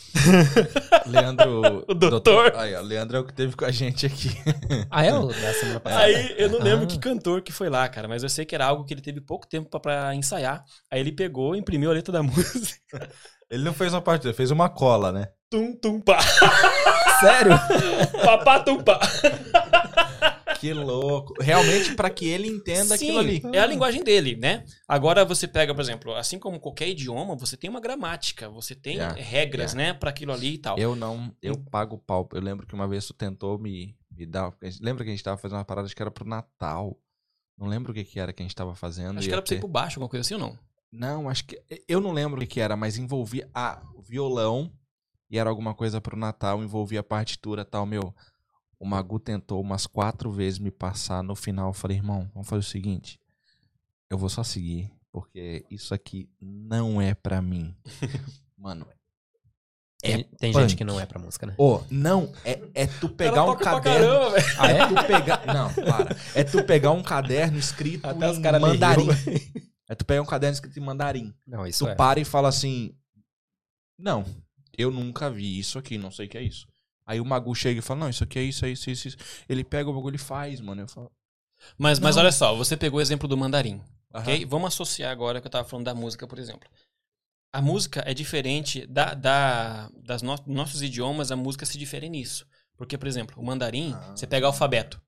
Leandro... O doutor. Aí, ó, Leandro é o que teve com a gente aqui. Ah, é o da semana passada? Aí eu não lembro Ah. que cantor que foi lá, cara, mas eu sei que era algo que ele teve pouco tempo pra, pra ensaiar. Aí ele pegou, imprimiu a letra da música. Ele não fez uma partida, fez uma cola, né? Tum, tum, pá. Sério? Papá, tum, pá. Que louco. Realmente, pra que ele entenda Sim, aquilo ali. é a linguagem dele, né? Agora você pega, por exemplo, assim como qualquer idioma, você tem uma gramática, você tem Yeah, regras, yeah. né, pra aquilo ali e tal. Eu não, eu pago pau. Eu lembro que uma vez tu tentou me, me dar. Lembra que a gente tava fazendo uma parada, acho que era pro Natal. Não lembro o que, que era que a gente tava fazendo. Acho que ia era pra você ir ter- pro baixo, alguma coisa assim ou não? Não, acho que. Eu não lembro o que, que era, mas envolvia a o violão e era alguma coisa pro Natal, envolvia a partitura e tal, meu. O Magu tentou umas quatro vezes me passar. No final, eu falei, irmão, vamos fazer o seguinte. Eu vou só seguir, porque isso aqui não é pra mim. Mano, Tem, tem punk. gente que não é pra música, né? Ô, não, é, é tu pegar um Ela toca pra caderno. caramba, velho. Ah, é? É tu pegar. Não, para. É tu pegar um caderno escrito Até os em caras me mandarim. riam. É tu pegar um caderno escrito em mandarim. Não, isso Tu é. para e fala assim. Não, eu nunca vi isso aqui, não sei o que é isso. Aí o Magu chega e fala, não, isso aqui é isso, é isso, é isso, isso. Ele pega o bagulho e faz, mano. Eu falo. Mas, mas Não. olha só, você pegou o exemplo do mandarim, ok? Aham. Vamos associar agora que eu tava falando da música, por exemplo. A música é diferente da, da, das no, nossos idiomas, a música se difere nisso. Porque, por exemplo, o mandarim, Ah. você pega o alfabeto.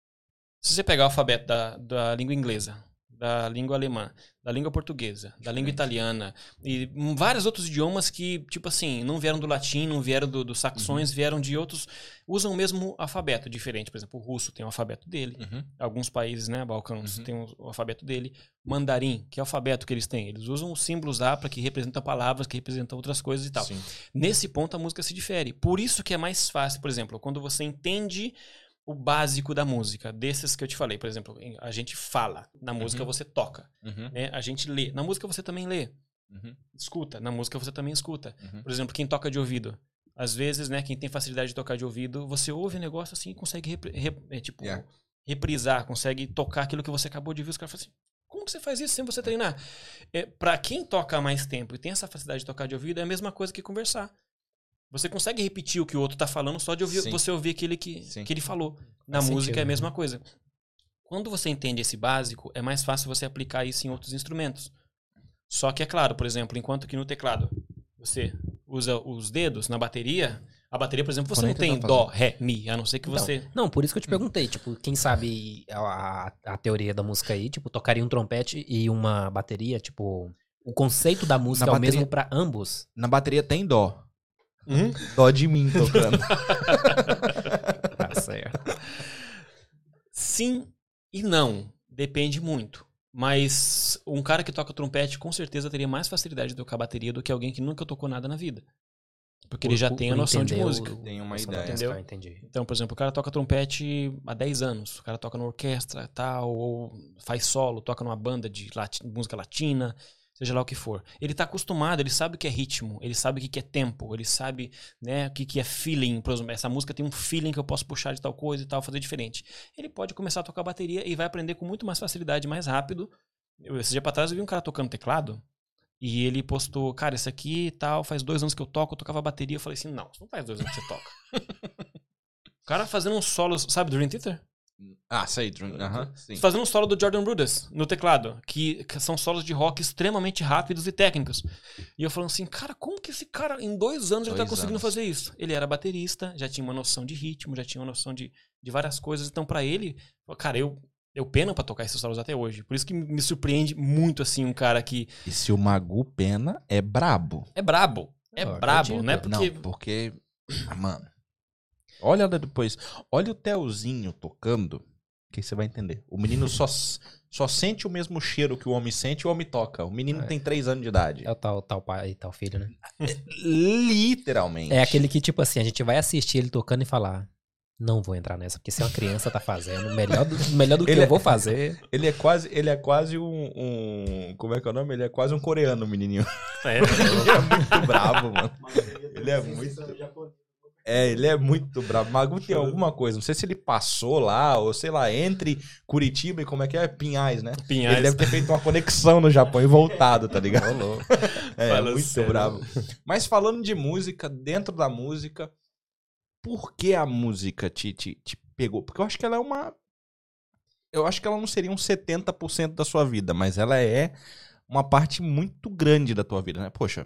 Se você pegar o alfabeto da, da língua inglesa, da língua alemã, da língua portuguesa, da língua italiana e hum, vários outros idiomas que, tipo assim, não vieram do latim, não vieram do, dos saxões, Uhum. vieram de outros, usam o mesmo alfabeto diferente. Por exemplo, o russo tem o alfabeto dele. Uhum. Alguns países, né, balcãs, Uhum. tem o, o alfabeto dele. Mandarim, que é o alfabeto que eles têm. Eles usam os símbolos lá para que representam palavras, que representam outras coisas e tal. Sim. Nesse ponto, a música se difere. Por isso que é mais fácil, por exemplo, quando você entende o básico da música, desses que eu te falei. Por exemplo, a gente fala, na música Uhum. você toca, Uhum. né? A gente lê. Na música você também lê. Uhum. Escuta. Na música você também escuta. Uhum. Por exemplo, quem toca de ouvido. Às vezes, né, quem tem facilidade de tocar de ouvido, você ouve o negócio assim e consegue, repre- re- é, tipo, Yeah. reprisar, consegue tocar aquilo que você acabou de ver. Os caras falam assim, como que você faz isso sem você treinar? É, pra quem toca há mais tempo e tem essa facilidade de tocar de ouvido, é a mesma coisa que conversar. Você consegue repetir o que o outro tá falando só de ouvir, você ouvir aquilo que, que ele falou. Na Faz música sentido, é a mesma né? coisa. Quando você entende esse básico, é mais fácil você aplicar isso em outros instrumentos. Só que é claro, por exemplo, enquanto que no teclado você usa os dedos, na bateria, a bateria, por exemplo, você Vou não nem tem tentar dó, ré, mi, a não ser que Então, você... não, por isso que eu te perguntei, tipo, quem sabe a, a, a teoria da música aí, tipo, tocaria um trompete e uma bateria, tipo, o conceito da música Na é o bateria- mesmo pra ambos. Na bateria tem dó. Uhum. Dó de mim tocando. Tá certo. Sim e não. Depende muito. Mas um cara que toca trompete com certeza teria mais facilidade de tocar bateria do que alguém que nunca tocou nada na vida. Porque ele já Por- tem por a noção de entender o- música. Tem uma noção ideia. da música, Entendeu? eu entendi. Então, por exemplo, o cara toca trompete há dez anos. O cara toca na orquestra tal, ou faz solo, toca numa banda de lati- música latina, seja lá o que for. Ele tá acostumado, ele sabe o que é ritmo, ele sabe o que que é tempo, ele sabe, né, o que que é feeling. Por exemplo, essa música tem um feeling que eu posso puxar de tal coisa e tal, fazer diferente. Ele pode começar a tocar bateria e vai aprender com muito mais facilidade, mais rápido. Eu, esse dia pra trás eu vi um cara tocando teclado e ele postou, cara, esse aqui e tal, faz dois anos que eu toco, eu tocava bateria. Eu falei assim, não, isso não faz dois anos que você toca. O cara fazendo uns solos, sabe, do Dream Theater? Ah, sei. Dream- Aham, sim. Fazendo um solo do Jordan Rudess no teclado, que, que são solos de rock extremamente rápidos e técnicos. E eu falando assim, cara, como que esse cara, em dois anos, ele tá Dois conseguindo anos. fazer isso? Ele era baterista, já tinha uma noção de ritmo, já tinha uma noção de, de várias coisas. Então, pra ele, cara, eu, eu peno pra tocar esses solos até hoje. Por isso que me surpreende muito, assim, um cara que E se o Magu Pena é brabo. é brabo. É Eu brabo, acredito. né? Porque... Não, porque... Mano... Olha depois. Olha o Telzinho tocando, que aí você vai entender. O menino só, só sente o mesmo cheiro que o homem sente e o homem toca. O menino É. tem três anos de idade. É o tal, tal pai e tal filho, né? Literalmente. É aquele que, tipo assim, a gente vai assistir ele tocando e falar, não vou entrar nessa, porque se uma criança tá fazendo, melhor do, melhor do que Ele eu é- vou fazer. Ele é quase, ele é quase um, um... Como é que é o nome? Ele é quase um coreano, o menininho. É, Ele é muito bravo, mano. Ele é muito... É, ele é muito bravo. Magu tem alguma coisa. Não sei se ele passou lá, ou sei lá, entre Curitiba e como é que é? Pinhais, né? Pinhais. Ele deve ter feito uma conexão no Japão e voltado, tá ligado? É, Fala muito sério. bravo. Mas falando de música, dentro da música, por que a música te, te, te pegou? Porque eu acho que ela é uma... Eu acho que ela não seria um setenta por cento da sua vida, mas ela é uma parte muito grande da tua vida, né? Poxa,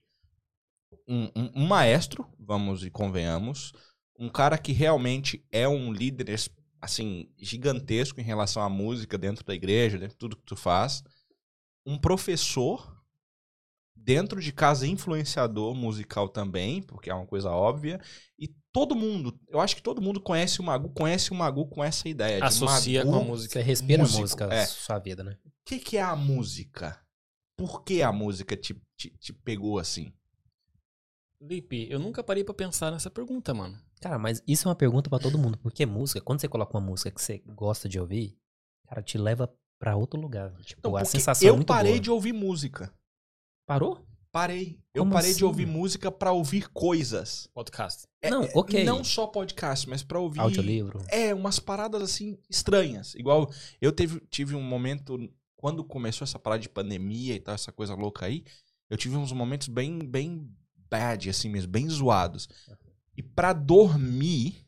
um, um, um maestro, vamos e convenhamos, um cara que realmente é um líder, assim, gigantesco em relação à música dentro da igreja, dentro de tudo que tu faz, um professor, dentro de casa influenciador musical também, porque é uma coisa óbvia, e todo mundo, eu acho que todo mundo conhece o Magu, conhece o Magu com essa ideia. Associa de Magu, com a música. Você respira músico, a música é. na sua vida, né? O que, que é a música? Por que a música te, te, te pegou assim? Lipe, eu nunca parei pra pensar nessa pergunta, mano. Cara, mas isso é uma pergunta pra todo mundo, porque música, quando você coloca uma música que você gosta de ouvir, cara, te leva pra outro lugar. Tipo, Então, a porque sensação é eu muito parei boa. de ouvir música. Parou? Parei. Eu Como parei de assim? ouvir música pra ouvir coisas. Podcast. É, Não, é, ok. Não só podcast, mas pra ouvir... Audiolivro. É, umas paradas assim estranhas. Igual eu teve, tive um momento, quando começou essa parada de pandemia e tal, essa coisa louca aí, eu tive uns momentos bem, bem bad, assim mesmo, bem zoados. E pra dormir,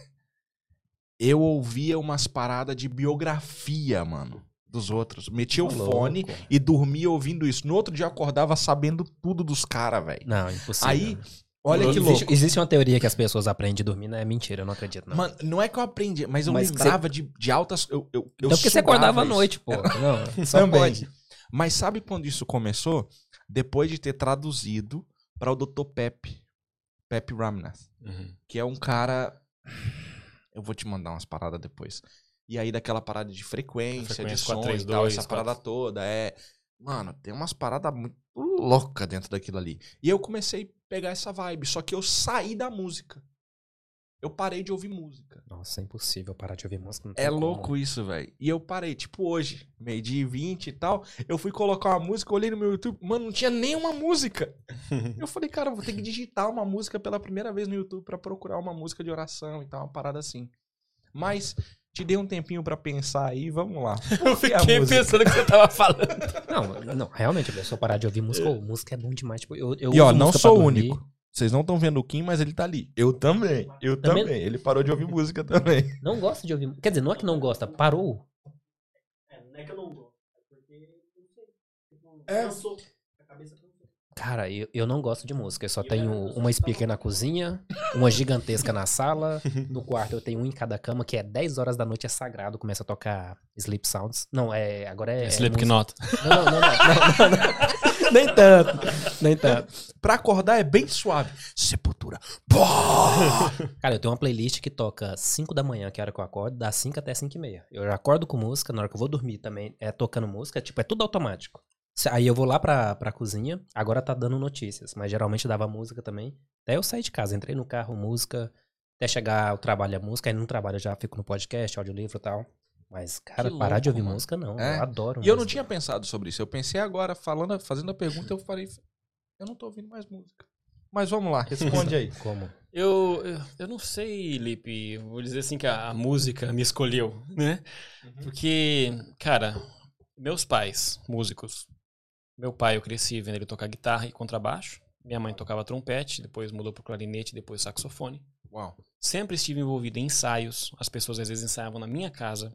eu ouvia umas paradas de biografia, mano, dos outros. Metia o Tá fone louco. e dormia ouvindo isso. No outro dia eu acordava sabendo tudo dos caras, velho. Não, impossível. Aí, olha que existe, louco. existe uma teoria que as pessoas aprendem a dormir, não é mentira, eu não acredito, não. Mano, não é que eu aprendi, mas eu Mas que lembrava de, de altas... Eu, eu, eu então porque você sugava acordava à isso. noite, pô. Não, só Também. pode. Mas sabe quando isso começou? Depois de ter traduzido para o doutor Pepe. Pepe Ramnath. Uhum. Que é um cara... Eu vou te mandar umas paradas depois. E aí daquela parada de frequência, Frequência de som quatro três e tal, dois, essa quatro- parada toda. É... Mano, tem umas paradas muito loucas dentro daquilo ali. E eu comecei a pegar essa vibe. Só que eu saí da música. Eu parei de ouvir música. Nossa, é impossível parar de ouvir música. Não tem É como. louco isso, velho. E eu parei, tipo hoje, meio-dia e vinte e tal. Eu fui colocar uma música, olhei no meu YouTube, mano, não tinha nenhuma música. Eu falei, cara, eu vou ter que digitar uma música pela primeira vez no YouTube pra procurar uma música de oração e tal, uma parada assim. Mas Te dei um tempinho pra pensar aí, vamos lá. Eu fiquei pensando que você tava falando. Não, não, realmente, se eu parar de ouvir música, oh, música é bom demais. Tipo, eu, eu E ó, uso não música sou pra o dormir. único. Vocês não estão vendo o Kim, mas ele tá ali. Eu também. Eu Também- também. Ele parou de ouvir música também. Não gosto de ouvir. Quer dizer, não é que não gosta, parou. É, não é que eu não gosto. É porque, não sei. É. Cansou. A cabeça cansou. Cara, eu, eu não gosto de música. Eu só tenho uma speaker na cozinha, uma gigantesca na sala. No quarto eu tenho um em cada cama, que é dez horas da noite, é sagrado. Começa a tocar Sleep Sounds. Não, é. Agora é. é Slipknot. música- Não, não, não, não, não, não. Nem tanto. Nem tanto. Pra acordar é bem suave. Sepultura. Pô! Cara, eu tenho uma playlist que toca cinco da manhã, que é a hora que eu acordo, das cinco até cinco e meia. Eu já acordo com música, na hora que eu vou dormir também é tocando música, tipo, é tudo automático. Se- Aí eu vou lá pra, pra cozinha, agora tá dando notícias, mas geralmente dava música também. Até eu saí de casa, entrei no carro, música, até chegar ao trabalho a música, aí no trabalho eu já fico no podcast, audiolivro e tal. Mas, cara, Que parar louco, de ouvir mano. música, não. É. Eu adoro E eu não música. tinha pensado sobre isso. Eu pensei agora, falando, fazendo a pergunta, eu falei, eu não tô ouvindo mais música. Mas vamos lá, responde aí. Como? Eu, eu, eu não sei, Lipe, vou dizer assim que a, a música me escolheu, né? Porque, cara, meus pais, músicos. Meu pai, eu cresci vendo ele tocar guitarra e contrabaixo. Minha mãe tocava trompete, depois mudou pro clarinete, depois saxofone. Uau. Sempre estive envolvido em ensaios. As pessoas às vezes ensaiavam na minha casa.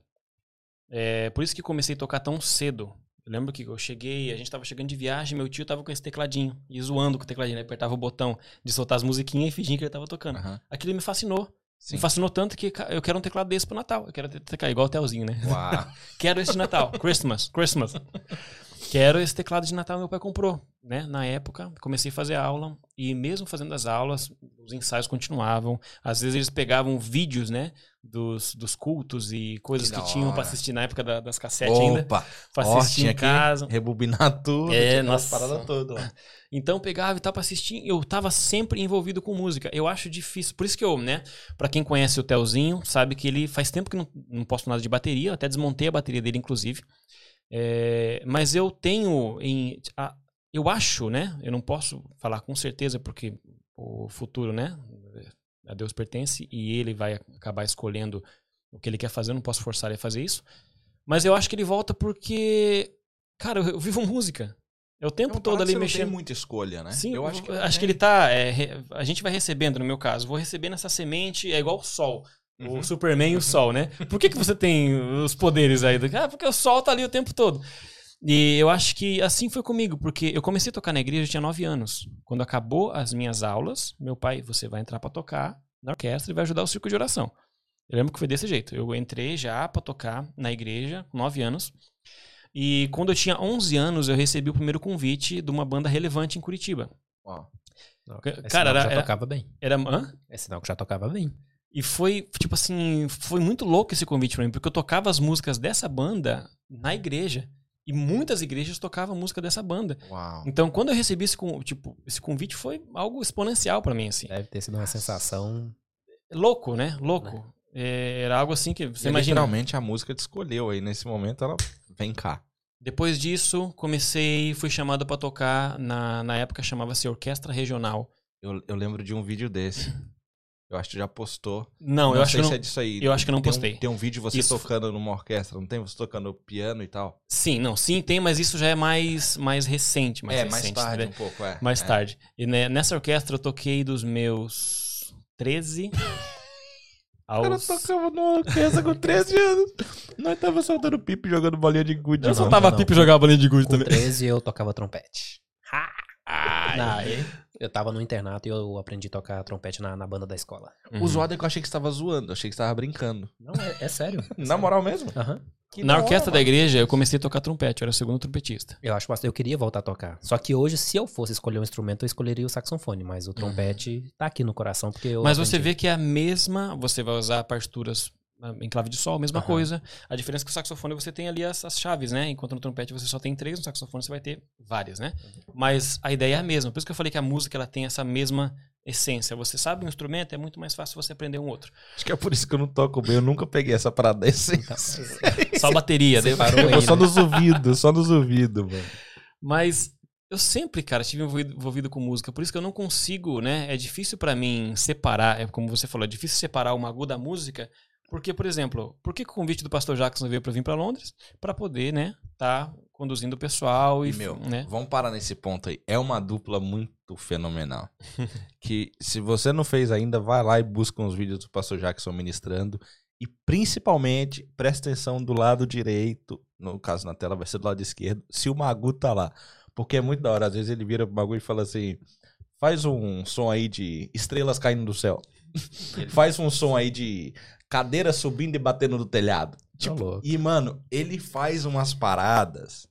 É, por isso que comecei a tocar tão cedo. Eu lembro que eu cheguei, a gente tava chegando de viagem, meu tio tava com esse tecladinho, e zoando com o tecladinho, né? Apertava o botão de soltar as musiquinhas e fingia que ele tava tocando. Aham. Aquilo me fascinou. Sim. Me fascinou tanto que ca- eu quero um teclado desse pro Natal. Eu quero ter teclado igual o Telzinho, né? Uau. Quero esse de Natal. Christmas, Christmas. Quero esse teclado de Natal, meu pai comprou, né? Na época, comecei a fazer aula e mesmo fazendo as aulas, os ensaios continuavam. Às vezes eles pegavam vídeos, né? Dos, dos cultos e coisas Que que, da tinham pra hora. assistir na época da- das cassetes ainda. Opa. Pra Ó, assistir tinha em que casa. rebobinar tudo. É, tinha aquelas nossa. paradas todas lá. Então pegava e tal pra assistir, eu tava sempre envolvido com música. Eu acho difícil, por isso que eu, né, pra quem conhece o Telzinho, sabe que ele faz tempo que não, não posto nada de bateria, eu até desmontei a bateria dele, inclusive. É, mas eu tenho, em, a- eu acho, né, eu não posso falar com certeza porque o futuro, né, a Deus pertence e ele vai acabar escolhendo o que ele quer fazer, eu não posso forçar ele a fazer isso. Mas eu acho que ele volta porque, cara, eu, eu vivo música. É o tempo É uma todo parada ali que você mexendo. Não tem muita escolha, né? Sim, eu acho que, acho que ele tá. é, re- a gente vai recebendo, no meu caso, vou recebendo essa semente, é igual o sol. Uhum. O Superman e o sol, né? Por que, que você tem os poderes aí? Ah, porque o sol tá ali o tempo todo. E eu acho que assim foi comigo, porque eu comecei a tocar na igreja, eu tinha nove anos. Quando acabou as minhas aulas, meu pai, você vai entrar pra tocar na orquestra e vai ajudar o círculo de oração. Eu lembro que foi desse jeito. Eu entrei já pra tocar na igreja, com nove anos. E quando eu tinha onze anos, eu recebi o primeiro convite de uma banda relevante em Curitiba. Uau. Não, Ca- é sinal cara, que era- já era- tocava bem. Era. Hã? É sinal que já tocava bem. E foi, tipo assim, foi muito louco esse convite pra mim, porque eu tocava as músicas dessa banda na igreja. E muitas igrejas tocavam a música dessa banda. Uau. Então, quando eu recebi esse, con- tipo, esse convite, foi algo exponencial pra mim, assim. Deve ter sido uma sensação. Louco, né? Louco. É, era algo assim que você E, imagina. literalmente a música te escolheu aí. Nesse momento ela vem cá. Depois disso, comecei, fui chamado pra tocar, na, na época chamava-se Orquestra Regional. Eu, eu lembro de um vídeo desse. Eu acho que tu já postou. Não, eu acho sei que não. se é disso aí. eu acho que não Tem um- postei. Tem um vídeo você Isso. tocando numa orquestra, não tem? Você tocando piano e tal. Sim, não, sim, tem, mas isso já é mais, mais recente. Mais é, recente, mais tarde né? um pouco, é. Mais é. tarde. E né, nessa orquestra eu toquei dos meus treze O cara aos... tocava numa orquestra com treze anos. Nós tava soltando pipa e jogando bolinha de gude. Eu mano. soltava não, pipa e com- jogava bolinha de gude Com também. treze eu tocava trompete. Ai. Não, eu, eu tava no internato e eu aprendi a tocar trompete na, na banda da escola. O zoado é que eu achei que você tava zoando. Eu achei que você tava brincando. Não, é, é sério. Na moral mesmo? Aham. Que Na da orquestra hora, da igreja eu comecei a tocar trompete, eu era o segundo trompetista. Eu acho bastante. Eu queria voltar a tocar. Só que hoje, se eu fosse escolher um instrumento, eu escolheria o saxofone. Mas o trompete tá aqui no coração, porque eu. Mas você aprendi. vê que é a mesma, você vai usar partituras ah, em clave de sol, a mesma Aham. coisa. A diferença é que o saxofone você tem ali as, as chaves, né? Enquanto no trompete você só tem três, no saxofone você vai ter várias, né? Mas a ideia é a mesma. Por isso que eu falei que a música ela tem essa mesma essência. Você sabe um instrumento, é muito mais fácil você aprender um outro. Acho que é por isso que eu não toco bem. Eu nunca peguei essa parada da essência. Só bateria. Você daí- parou Eu aí, vou só né? nos ouvidos, só nos ouvidos, mano. Mas eu sempre, cara, estive envolvido, envolvido com música. Por isso que eu não consigo, né? É difícil pra mim separar, é como você falou, é difícil separar o Magu da música, Porque, por exemplo, por que, que o convite do pastor Jackson veio para vir para Londres? Para poder, né, tá conduzindo o pessoal e, E, meu, né? vamos parar nesse ponto aí. É uma dupla muito fenomenal. Que se você não fez ainda, vai lá e busca uns vídeos do pastor Jackson ministrando. E principalmente, presta atenção do lado direito, no caso na tela vai ser do lado esquerdo, se o Magu tá lá. Porque é muito da hora. Às vezes ele vira pro Magu e fala assim, faz um som aí de estrelas caindo do céu. Faz um som aí de cadeira subindo e batendo no telhado. Tipo, louco. e, mano, ele faz umas paradas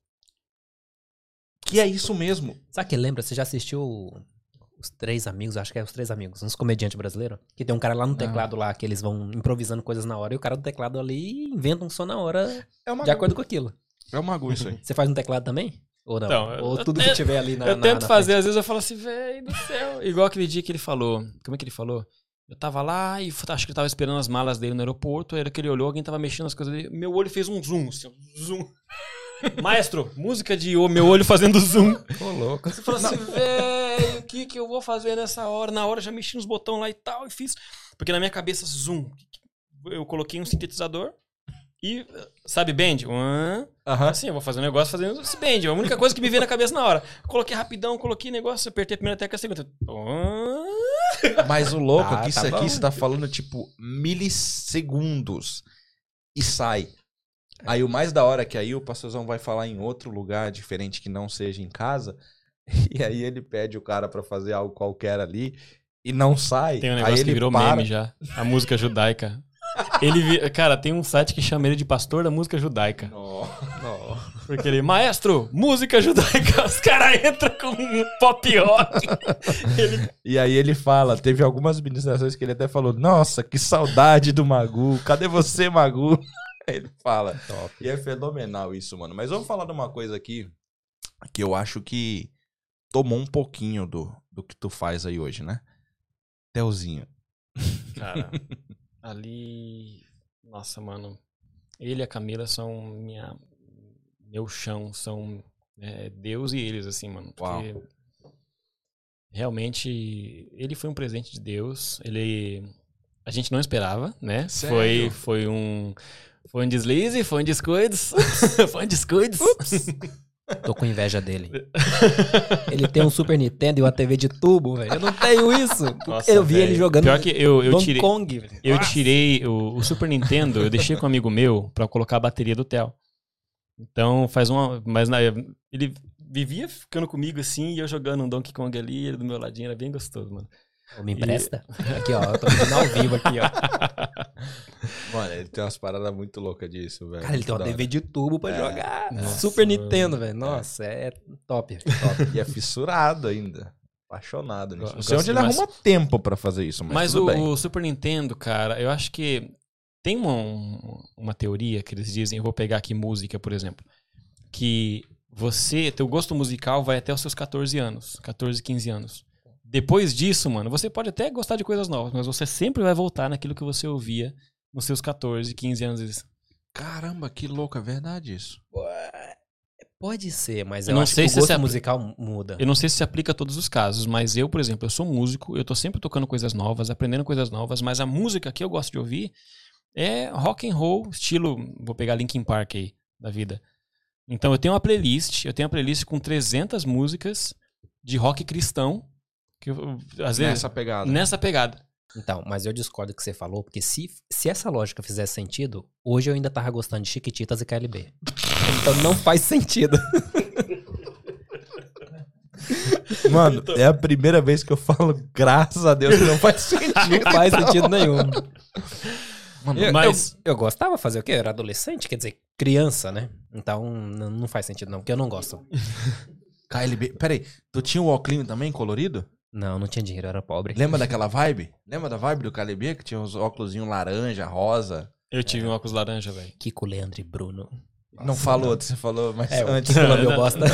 que é isso mesmo. Sabe que lembra? Você já assistiu Os Três Amigos? Acho que é Os Três Amigos. Uns comediantes brasileiros. Que tem um cara lá no teclado lá, que eles vão improvisando coisas na hora. E o cara do teclado ali inventa um som na hora É uma de acordo com aquilo. É o Magu isso aí. Você faz no teclado também? Ou não? Então, Ou eu tudo tento- que tiver ali na Eu na- tento na fazer, frente? às vezes eu falo assim, velho do céu. Igual aquele dia que ele falou. Como é que ele falou? Eu tava lá e f- acho que ele tava esperando as malas dele no aeroporto. Aí era que ele olhou, alguém tava mexendo nas coisas dele. Meu olho fez um zoom, assim, um zoom. Maestro, música de o meu olho fazendo zoom. Ô, louco. Você fala assim, velho, o que que eu vou fazer nessa hora? Na hora eu já mexi nos botões lá e tal, e fiz. Porque na minha cabeça, zoom. Eu coloquei um sintetizador e, sabe, bend? Uhum. Aham. Assim, eu vou fazer um negócio fazendo esse bend. É a única coisa que me veio na cabeça na hora. Coloquei rapidão, coloquei negócio, apertei a primeira tecla, a segunda. Uhum. Mas o louco Tá, é que isso tá aqui bom. você tá falando, tipo, milissegundos. E sai. Aí o mais da hora é que aí o pastorzão vai falar em outro lugar diferente que não seja em casa. E aí ele pede o cara pra fazer algo qualquer ali e não sai. Tem um aí negócio ele que virou para. meme já. A música judaica. Ele, vi- cara, tem um site que chama ele de pastor da música judaica. Nó. Porque ele, maestro, música judaica. Os caras entram com um pop rock. Ele, E aí ele fala, teve algumas ministrações que ele até falou, nossa, que saudade do Magu, cadê você, Magu? Aí ele fala. Top. E é fenomenal isso, mano. Mas vamos falar de uma coisa aqui que eu acho que tomou um pouquinho do, do que tu faz aí hoje, né? Telzinho. cara, ali. Nossa, mano. Ele e a Camila são minha, meu chão, são é, Deus e eles, assim, mano. Porque realmente ele foi um presente de Deus. Ele. A gente não esperava, né? Sério? Foi, foi um. Foi um deslize, foi um descuidos. Foi um descuidos. Tô com inveja dele. Ele tem um Super Nintendo e uma T V de tubo, velho. Eu não tenho isso. Nossa, eu vi velho. ele jogando Pior que eu, eu Donkey tirei. Kong, velho. Eu tirei o, o Super Nintendo, eu deixei com um amigo meu pra colocar a bateria do Theo. Então faz uma. Mas na, ele vivia ficando comigo assim e eu jogando um Donkey Kong ali, ele do meu ladinho, era bem gostoso, mano. Ô, me empresta? Aqui, ó. Eu tô vendo ao vivo aqui, ó. Mano, ele tem umas paradas muito loucas disso, velho. Cara, ele tem uma Da T V de tubo pra É. jogar. Nossa, Super mano. Nintendo, velho. Nossa, é top. top. hora. E é fissurado ainda. Apaixonado nisso. Eu Não sei gosto onde ele demais. arruma tempo pra fazer isso, mas, Mas tudo o, bem. o Super Nintendo, cara, eu acho que tem uma, um- uma teoria que eles dizem, eu vou pegar aqui música, por exemplo, que você, teu gosto musical vai até os seus catorze anos, catorze, quinze anos. Depois disso, mano, você pode até gostar de coisas novas, mas você sempre vai voltar naquilo que você ouvia nos seus catorze, quinze anos. Caramba, que louco, é verdade isso. Pode ser, mas eu, Eu não acho sei que se o gosto essa- musical muda. Eu não sei se se aplica a todos os casos, mas eu, por exemplo, eu sou músico, eu tô sempre tocando coisas novas, aprendendo coisas novas, mas a música que eu gosto de ouvir é rock and roll, estilo, vou pegar Linkin Park aí, da vida. Então eu tenho uma playlist, eu tenho uma playlist com trezentas músicas de rock cristão, que eu, às vezes, Nessa pegada. nessa pegada. Então, mas eu discordo do que você falou, porque se, se essa lógica fizesse sentido, hoje eu ainda tava gostando de Chiquititas e K L B. Então não faz sentido. Mano, é a primeira vez que eu falo, graças a Deus, que não faz sentido. Não faz sentido nenhum. Mano, Eu, Mas- eu, eu gostava de fazer o quê? Eu era adolescente, quer dizer, criança, né? Então não, não faz sentido não, porque eu não gosto. K L B. Peraí, tu tinha o óculos também colorido? Não, não tinha dinheiro, eu era pobre. Lembra daquela vibe? Lembra da vibe do K L B? Que tinha os óculos laranja, rosa? Eu tive um óculos laranja, velho. Kiko, Leandro e Bruno. não falou, você falou, mas É, antes. antes do meu bosta.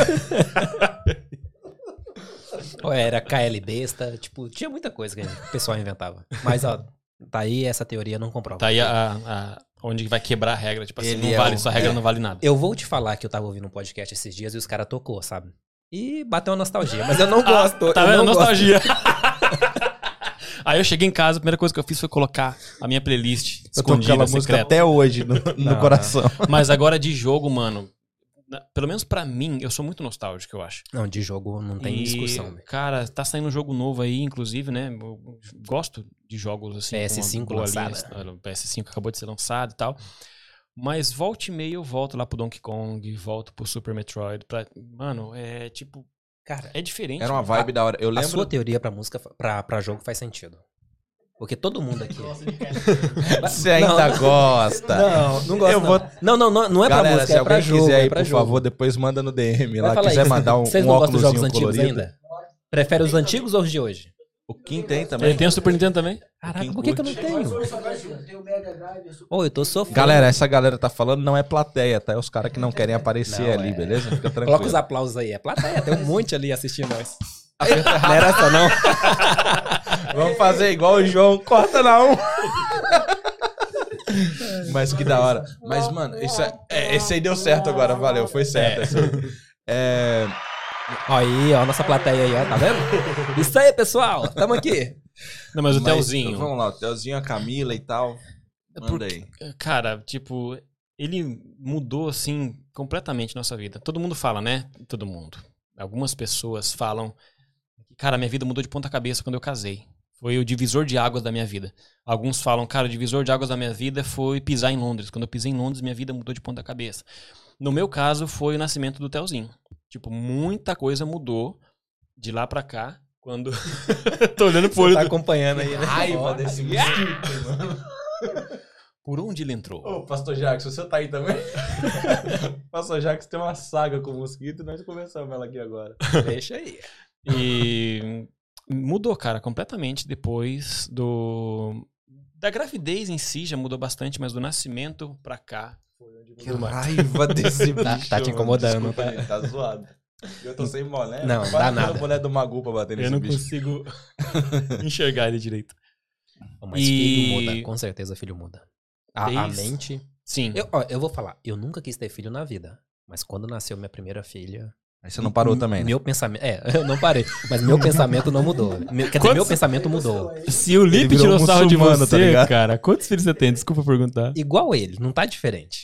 Ou era K L besta, tipo, tinha muita coisa que o pessoal inventava. Mas, ó, tá aí essa teoria não comprova. Tá aí a, a- onde vai quebrar a regra, tipo assim, Ele não é vale, o- sua regra é. não vale nada. Eu vou te falar que eu tava ouvindo um podcast esses dias e os caras tocou, sabe? E bateu uma nostalgia, mas eu não gosto. Tá eu vendo? não Nostalgia. Aí eu cheguei em casa, a primeira coisa que eu fiz foi colocar a minha playlist Eu tô com aquela música secreta. até hoje no, no Não, coração. Mas agora de jogo, mano, na- pelo menos pra mim, eu sou muito nostálgico, eu acho. Não, de jogo não tem E, discussão, velho. cara, tá saindo um jogo novo aí, inclusive, né? Eu gosto de jogos assim. P S com uma cinco boa lançada. linha. O P S cinco acabou de ser lançado e tal. Mas volta e meia eu volto lá pro Donkey Kong, volto pro Super Metroid. Pra... Mano, é tipo. Cara, É diferente. Era uma mano. vibe da hora. Eu a lembro... sua teoria pra música, pra, pra jogo faz sentido. Porque todo mundo aqui... Você ainda Não. gosta. Não, não gosto Eu não. vou- Não, não, não, não é pra Galera, música, se é pra alguém jogo, quiser é aí, pra por jogo. favor, depois manda no D M Vai lá. falar Quiser isso. mandar um, Vocês um não gostam dos jogos óculosinho antigos colorido. ainda? Prefere os antigos ou os de hoje? O Kim tem também. Ele tem o Super Nintendo também? Caraca, Quem por que, que eu não curte? tenho? Ô, eu tô sofrendo. Galera, essa galera tá falando não é plateia, tá? É os caras que não querem aparecer Não, ali, é. beleza? Fica tranquilo. Coloca os aplausos aí. É plateia, tem um monte ali assistindo nós. Não era essa, não. Vamos fazer igual o João, corta na um. Mas que da hora. Mas, mano, isso é, é, esse aí deu certo agora, valeu, foi certo. esse aí. É, Ó aí, ó, nossa plateia aí, ó, tá vendo? Isso aí, pessoal, tamo aqui. Não, mas o mas, Telzinho. Vamos lá, o Telzinho, a Camila e tal. Manda aí. Cara, tipo, ele mudou, assim, completamente nossa vida. Todo mundo fala, né? Todo mundo. Algumas pessoas falam que, cara, minha vida mudou de ponta cabeça quando eu casei. Foi o divisor de águas da minha vida. Alguns falam, cara, o divisor de águas da minha vida foi pisar em Londres. Quando eu pisei em Londres, minha vida mudou de ponta cabeça. No meu caso, foi o nascimento do Telzinho. Tipo, muita coisa mudou de lá pra cá. Quando... Tô olhando pro olho Tá do... acompanhando aí, né? Raiva desse mosquito, mano. Por onde ele entrou? Ô, Pastor Jackson, você tá aí também? Pastor Jackson tem uma saga com o mosquito e nós começamos ela aqui agora. Deixa aí. E mudou, cara, completamente depois do... Da gravidez em si já mudou bastante, mas do nascimento pra cá foi onde Que mudou mais. raiva desse bicho. Tá- tá te mano. incomodando, Desculpa, tá? gente, tá zoado. Eu tô sem boné. Não, quase dá dando nada. o boné do Magu pra bater Eu nesse não bicho. consigo enxergar ele direito. Mas E- filho muda, com certeza filho muda. A, a Desde- mente... Sim. Eu, ó, eu vou falar, eu nunca quis ter filho na vida. Mas quando nasceu minha primeira filha... Aí você não parou também, né? Meu pensamento... É, eu não parei. Mas meu pensamento não mudou. Meu, quer dizer, Quantos- meu pensamento mudou. Se o Lipe virou tirou sarro de muçulmano, você, tá ligado? cara, quantos filhos você tem? Desculpa perguntar. Igual ele, não tá diferente.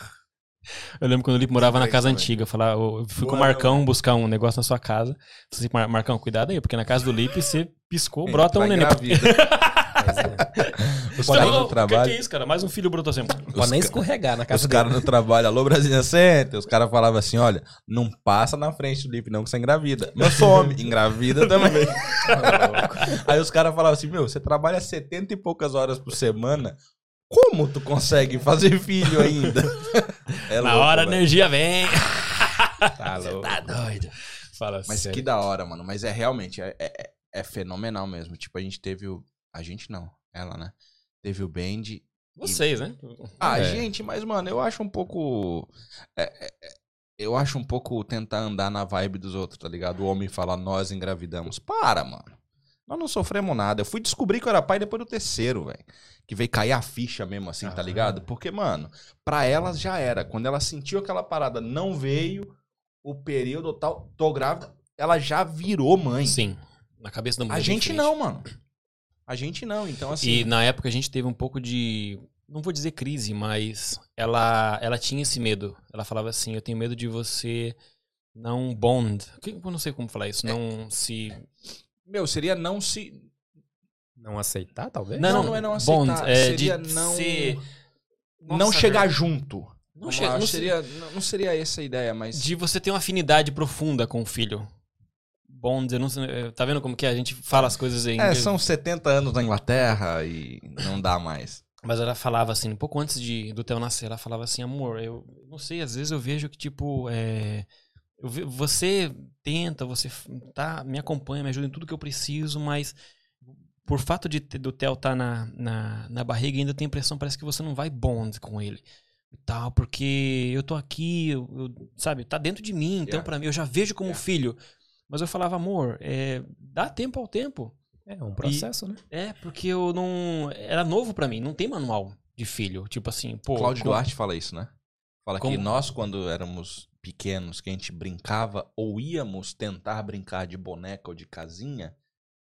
Eu lembro quando o Lipe morava na Isso casa também. antiga. Falar, eu fui com o Boa, Marcão não, buscar um negócio na sua casa. Falei assim, "Mar- Marcão, cuidado aí, porque na casa do Lipe você piscou, brota um Vai neném. engravida. Mas, é, Os Pode- caras Ô, no o que, trabalho... que é isso, cara? Mais um filho brotou assim. pode nem escorregar na casa Os dele. caras no trabalho, alô Brasília Center, os caras falavam assim, olha, não passa na frente do Lipe não que você engravida. Mas eu sou homem, engravida também. Aí os caras falavam assim, meu, você trabalha setenta e poucas horas por semana, como tu consegue fazer filho ainda? É Na louco, hora a velho. energia vem. Tá louco. Tá doido. Fala Mas sério. que da hora, mano. Mas é realmente, é, é, é fenomenal mesmo. Tipo, a gente teve o... A gente não, ela, né? Teve o Band. Vocês, né? Ah, É. gente, mas, mano, eu acho um pouco... é, é, é, eu acho um pouco tentar andar na vibe dos outros, tá ligado? O homem fala, nós engravidamos. Para, mano. Nós não sofremos nada. Eu fui descobrir que eu era pai depois do terceiro, velho. Que veio cair a ficha mesmo, assim, tá Ah. ligado? Porque, mano, pra elas já era. Quando ela sentiu aquela parada, não veio o período tal, tô grávida, ela já virou mãe. Sim. Na cabeça da mulher. A é gente diferente. não, mano. A gente não, então assim... E na época a gente teve um pouco de. Não vou dizer crise, mas ela, ela tinha esse medo. Ela falava assim: eu tenho medo de você não bond. Eu não sei como falar isso. Não se. Meu, seria não se... Não aceitar, talvez? Não, não é não aceitar, Bond, é, seria de não- ser. não Nossa, chegar velho. junto. Não Vamos chega. lá, Não seria, não, não seria essa a ideia, mas... De você ter uma afinidade profunda com o filho. Bond, eu não sei. Tá vendo como que a gente fala as coisas em. É, são setenta anos na Inglaterra e não dá mais. Mas ela falava assim, um pouco antes de, do Theo nascer, ela falava assim, amor, eu não sei, às vezes eu vejo que, tipo, é, eu ve- você tenta, você f- tá, me acompanha, me ajuda em tudo que eu preciso, mas por fato de ter- do Theo estar na, na, na barriga, ainda tem a impressão, parece que você não vai bond com ele. E tal, porque eu tô aqui, eu, eu- sabe, tá dentro de mim, então Yeah. pra mim, eu já vejo como Yeah. filho. Mas eu falava, amor, é, dá tempo ao tempo. É um processo, né? É, porque eu não. Era novo pra mim, não tem manual de filho. Tipo assim, pô. Cláudio como- Duarte fala isso, né? Fala Como- que nós, quando éramos pequenos, que a gente brincava ou íamos tentar brincar de boneca ou de casinha,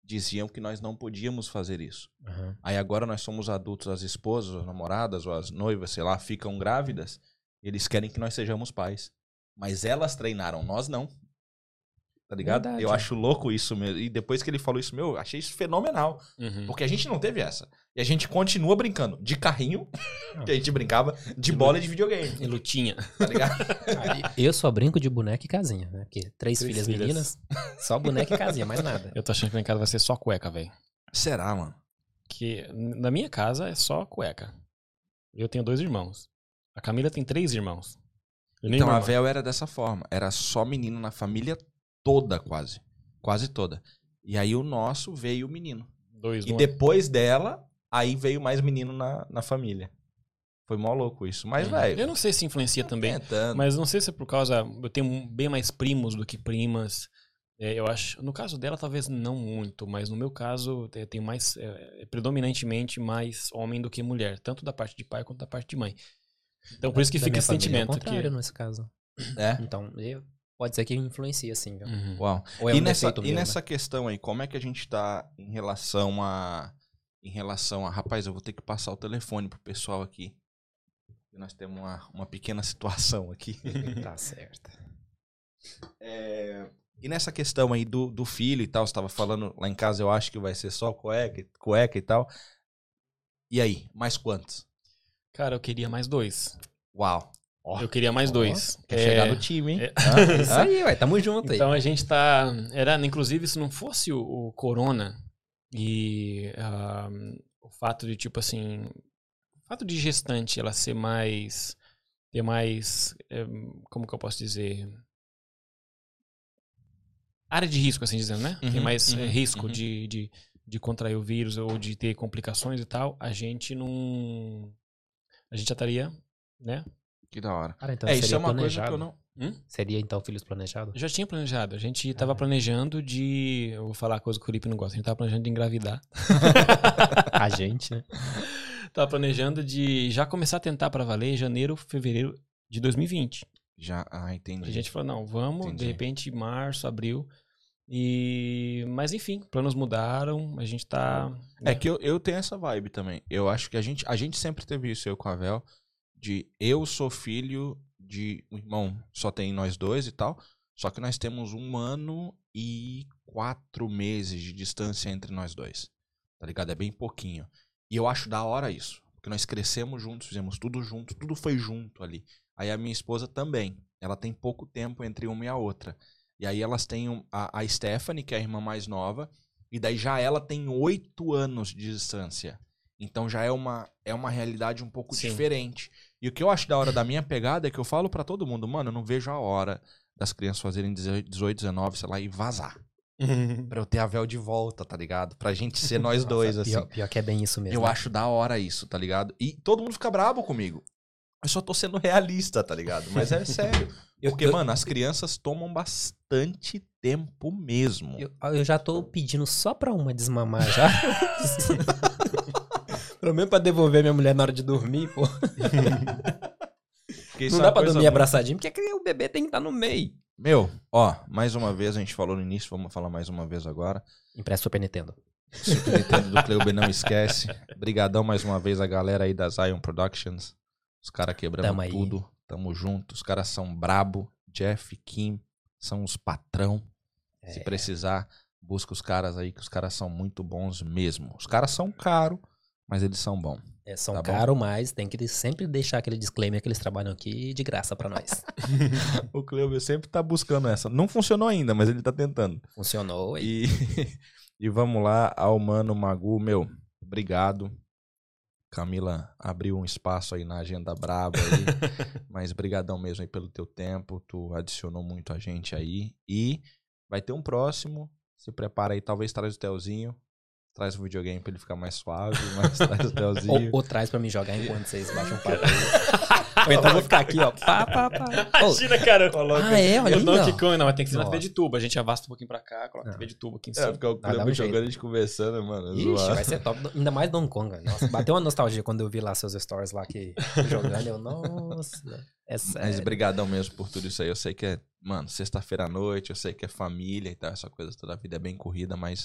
diziam que nós não podíamos fazer isso. Uhum. Aí agora nós somos adultos, as esposas, as namoradas ou as noivas, sei lá, ficam grávidas, eles querem que nós sejamos pais. Mas elas treinaram, nós não. Tá ligado? Verdade. Eu acho louco isso mesmo. E depois que ele falou isso, meu, eu achei isso fenomenal. Uhum. Porque a gente não teve essa. E a gente continua brincando de carrinho, que a gente brincava, de bola e de videogame. E lutinha. Tá ligado? Eu só brinco de boneca e casinha, né? Porque três, Três filhas, filhas. meninas, só boneca e casinha, mais nada. Eu tô achando que lá em casa vai ser só cueca, velho. Será, mano? Que na minha casa é só cueca. Eu tenho dois irmãos. A Camila tem três irmãos. Eu nem Então a irmã. Vel era dessa forma. Era só menino na família toda, quase. Quase toda. E aí o nosso veio o menino. Dois E no- depois dela, aí veio mais menino na, na família. Foi mó louco isso. Mas, velho. Eu não sei se influencia também, tentando. mas não sei se é por causa... Eu tenho bem mais primos do que primas. É, eu acho... No caso dela, talvez não muito, mas no meu caso, eu tenho mais... É, é predominantemente mais homem do que mulher. Tanto da parte de pai quanto da parte de mãe. Então por isso que Da fica minha esse família é o sentimento. contrário Que... nesse caso. É. Então, eu- pode ser que influencia, sim. Viu? Uhum. Uau. Ou é e um nessa, defeito e meu, nessa questão aí, como é que a gente tá em relação a. Em relação a. Rapaz, eu vou ter que passar o telefone pro pessoal aqui. Nós temos uma, uma pequena situação aqui. né? Tá certo. É, e nessa questão aí do, do filho e tal, você tava falando lá em casa, eu acho que vai ser só cueca, cueca e tal. E aí, mais quantos? Cara, eu queria mais dois. Uau. Ó, Eu queria mais Ó, dois. quer É, chegar no time, hein? é. Hã? Isso Hã? aí, ué, tamo junto aí. Então a gente tá. Era, inclusive, se não fosse o, o Corona e ah, o fato de, tipo assim. O fato de gestante ela ser mais. Ter mais. eh, Como que eu posso dizer? Área de risco, assim dizendo, né? Tem Uhum, mais eh, uhum, risco uhum. de, de, de contrair o vírus ou de ter complicações e tal. A gente não. A gente já estaria, né? Que da hora. Cara, então É, isso seria é uma coisa planejado. que eu não. Hum? Seria, então, filhos planejados? Eu já tinha planejado. A gente tava Ah. planejando de. Eu vou falar a coisa que o Felipe não gosta. A gente tava planejando de engravidar. A gente, né? Tava planejando de já começar a tentar pra valer em janeiro, fevereiro de dois mil e vinte. Já. Ah, entendi. A gente falou, não, vamos, Entendi. de repente, março, abril. E. Mas enfim, planos mudaram. A gente tá. É que eu, eu tenho essa vibe também. Eu acho que a gente, a gente sempre teve isso, eu com a Vel, de eu sou filho de um irmão, só tem nós dois e tal, só que nós temos um ano e quatro meses de distância entre nós dois, tá ligado? É bem pouquinho. E eu acho da hora isso, porque nós crescemos juntos, fizemos tudo junto, tudo foi junto ali. Aí a minha esposa também, ela tem pouco tempo entre uma e a outra. E aí elas têm um- a, a Stephanie, que é a irmã mais nova, e daí já ela tem oito anos de distância. Então já é uma, é uma realidade um pouco Sim. diferente. E o que eu acho da hora da minha pegada é que eu falo pra todo mundo, mano, eu não vejo a hora das crianças fazerem dezoito, dezenove, sei lá, e vazar. Pra eu ter a Vel de volta, tá ligado? Pra gente ser nós dois, assim. Pior, pior que é bem isso mesmo. Eu né? acho da hora isso, tá ligado? E todo mundo fica brabo comigo. Eu só tô sendo realista, tá ligado? Mas é sério. Eu- Porque, eu- mano, as crianças tomam bastante tempo mesmo. Eu, eu já tô pedindo só pra uma desmamar já. Pelo menos pra devolver minha mulher na hora de dormir, pô. Porque isso Não é dá uma pra coisa dormir muito- abraçadinho, porque o bebê tem que estar no meio. Meu, ó, mais uma vez, a gente falou no início, vamos falar mais uma vez agora. Empresta o Super Nintendo. Super Nintendo do Cleuber, não esquece. Brigadão mais uma vez a galera aí da Zion Productions. Os caras quebrando Tamo aí. tudo. Tamo junto. Os caras são brabo. Jeff, Kim, são os patrão. Se É. precisar, busca os caras aí, que os caras são muito bons mesmo. Os caras são caros, mas eles são bons. É, são Tá bom. caros, mas tem que sempre deixar aquele disclaimer que eles trabalham aqui de graça pra nós. O Cleuber sempre tá buscando essa. Não funcionou ainda, mas ele tá tentando. Funcionou. E... E, e vamos lá ao Mano Magu, meu, obrigado. Camila abriu um espaço aí na agenda braba aí, mas brigadão mesmo aí pelo teu tempo, tu adicionou muito a gente aí. E vai ter um próximo, se prepara aí, talvez traz o Telzinho, traz o videogame pra ele ficar mais suave, mas traz o Telzinho. ou, ou traz pra me jogar enquanto vocês baixam um papo aí. Ou então eu vou ficar aqui, ó. Pá, pá, pá. Ô, Imagina, cara. ah, é? Olha Eu aí, não ó. que Kong, não, mas tem que ser na Nossa. T V de tubo. A gente avasta um pouquinho pra cá, coloca a Não. T V de tubo aqui em É, cima. ficar o Vai dar um Cleuber jeito. jogando, a gente conversando, mano. Ixi, zoado. vai ser top. Ainda mais Donkey Kong. velho. Nossa, bateu uma nostalgia quando eu vi lá seus stories lá que jogando. Eu, nossa, é sério. Mas brigadão mesmo por tudo isso aí. Eu sei que é, mano, sexta-feira à noite, eu sei que é família e tal, essa coisa toda a vida é bem corrida, mas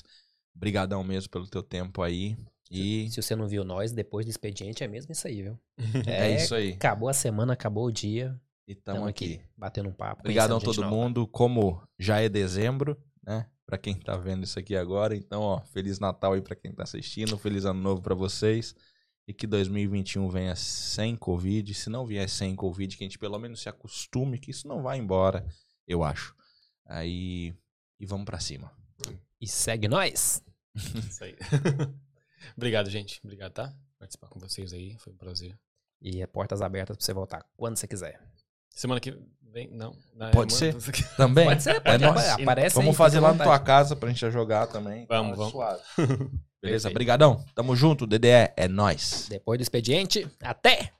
brigadão mesmo pelo teu tempo aí. E Se você não viu nós, depois do expediente, é mesmo isso aí, viu? é isso aí. Acabou a semana, acabou o dia. E tamo Estamos aqui. aqui, batendo um papo. Obrigadão conhecendo todo gente nova. mundo. Como já é dezembro, né? Pra quem tá vendo isso aqui agora. Então, ó, Feliz Natal aí pra quem tá assistindo. Feliz Ano Novo pra vocês. E que dois mil e vinte e um venha sem Covid. Se não vier sem Covid, que a gente pelo menos se acostume que isso não vai embora, eu acho. Aí, e vamos pra cima. E segue nós. Isso aí. Obrigado, gente. Obrigado, tá? Participar com vocês aí. Foi um prazer. E é portas abertas pra você voltar quando você quiser. Semana que vem, não. Na- Pode ser. Também? Pode ser, É pode nóis. ser. Aparece Vamos aí, fazer fica à lá na tua vontade. casa pra gente já jogar também. Vamos, Tá vamos. suave. Beleza? Perfeito. Brigadão. Tamo junto, D D E. É nóis. Depois do expediente, até!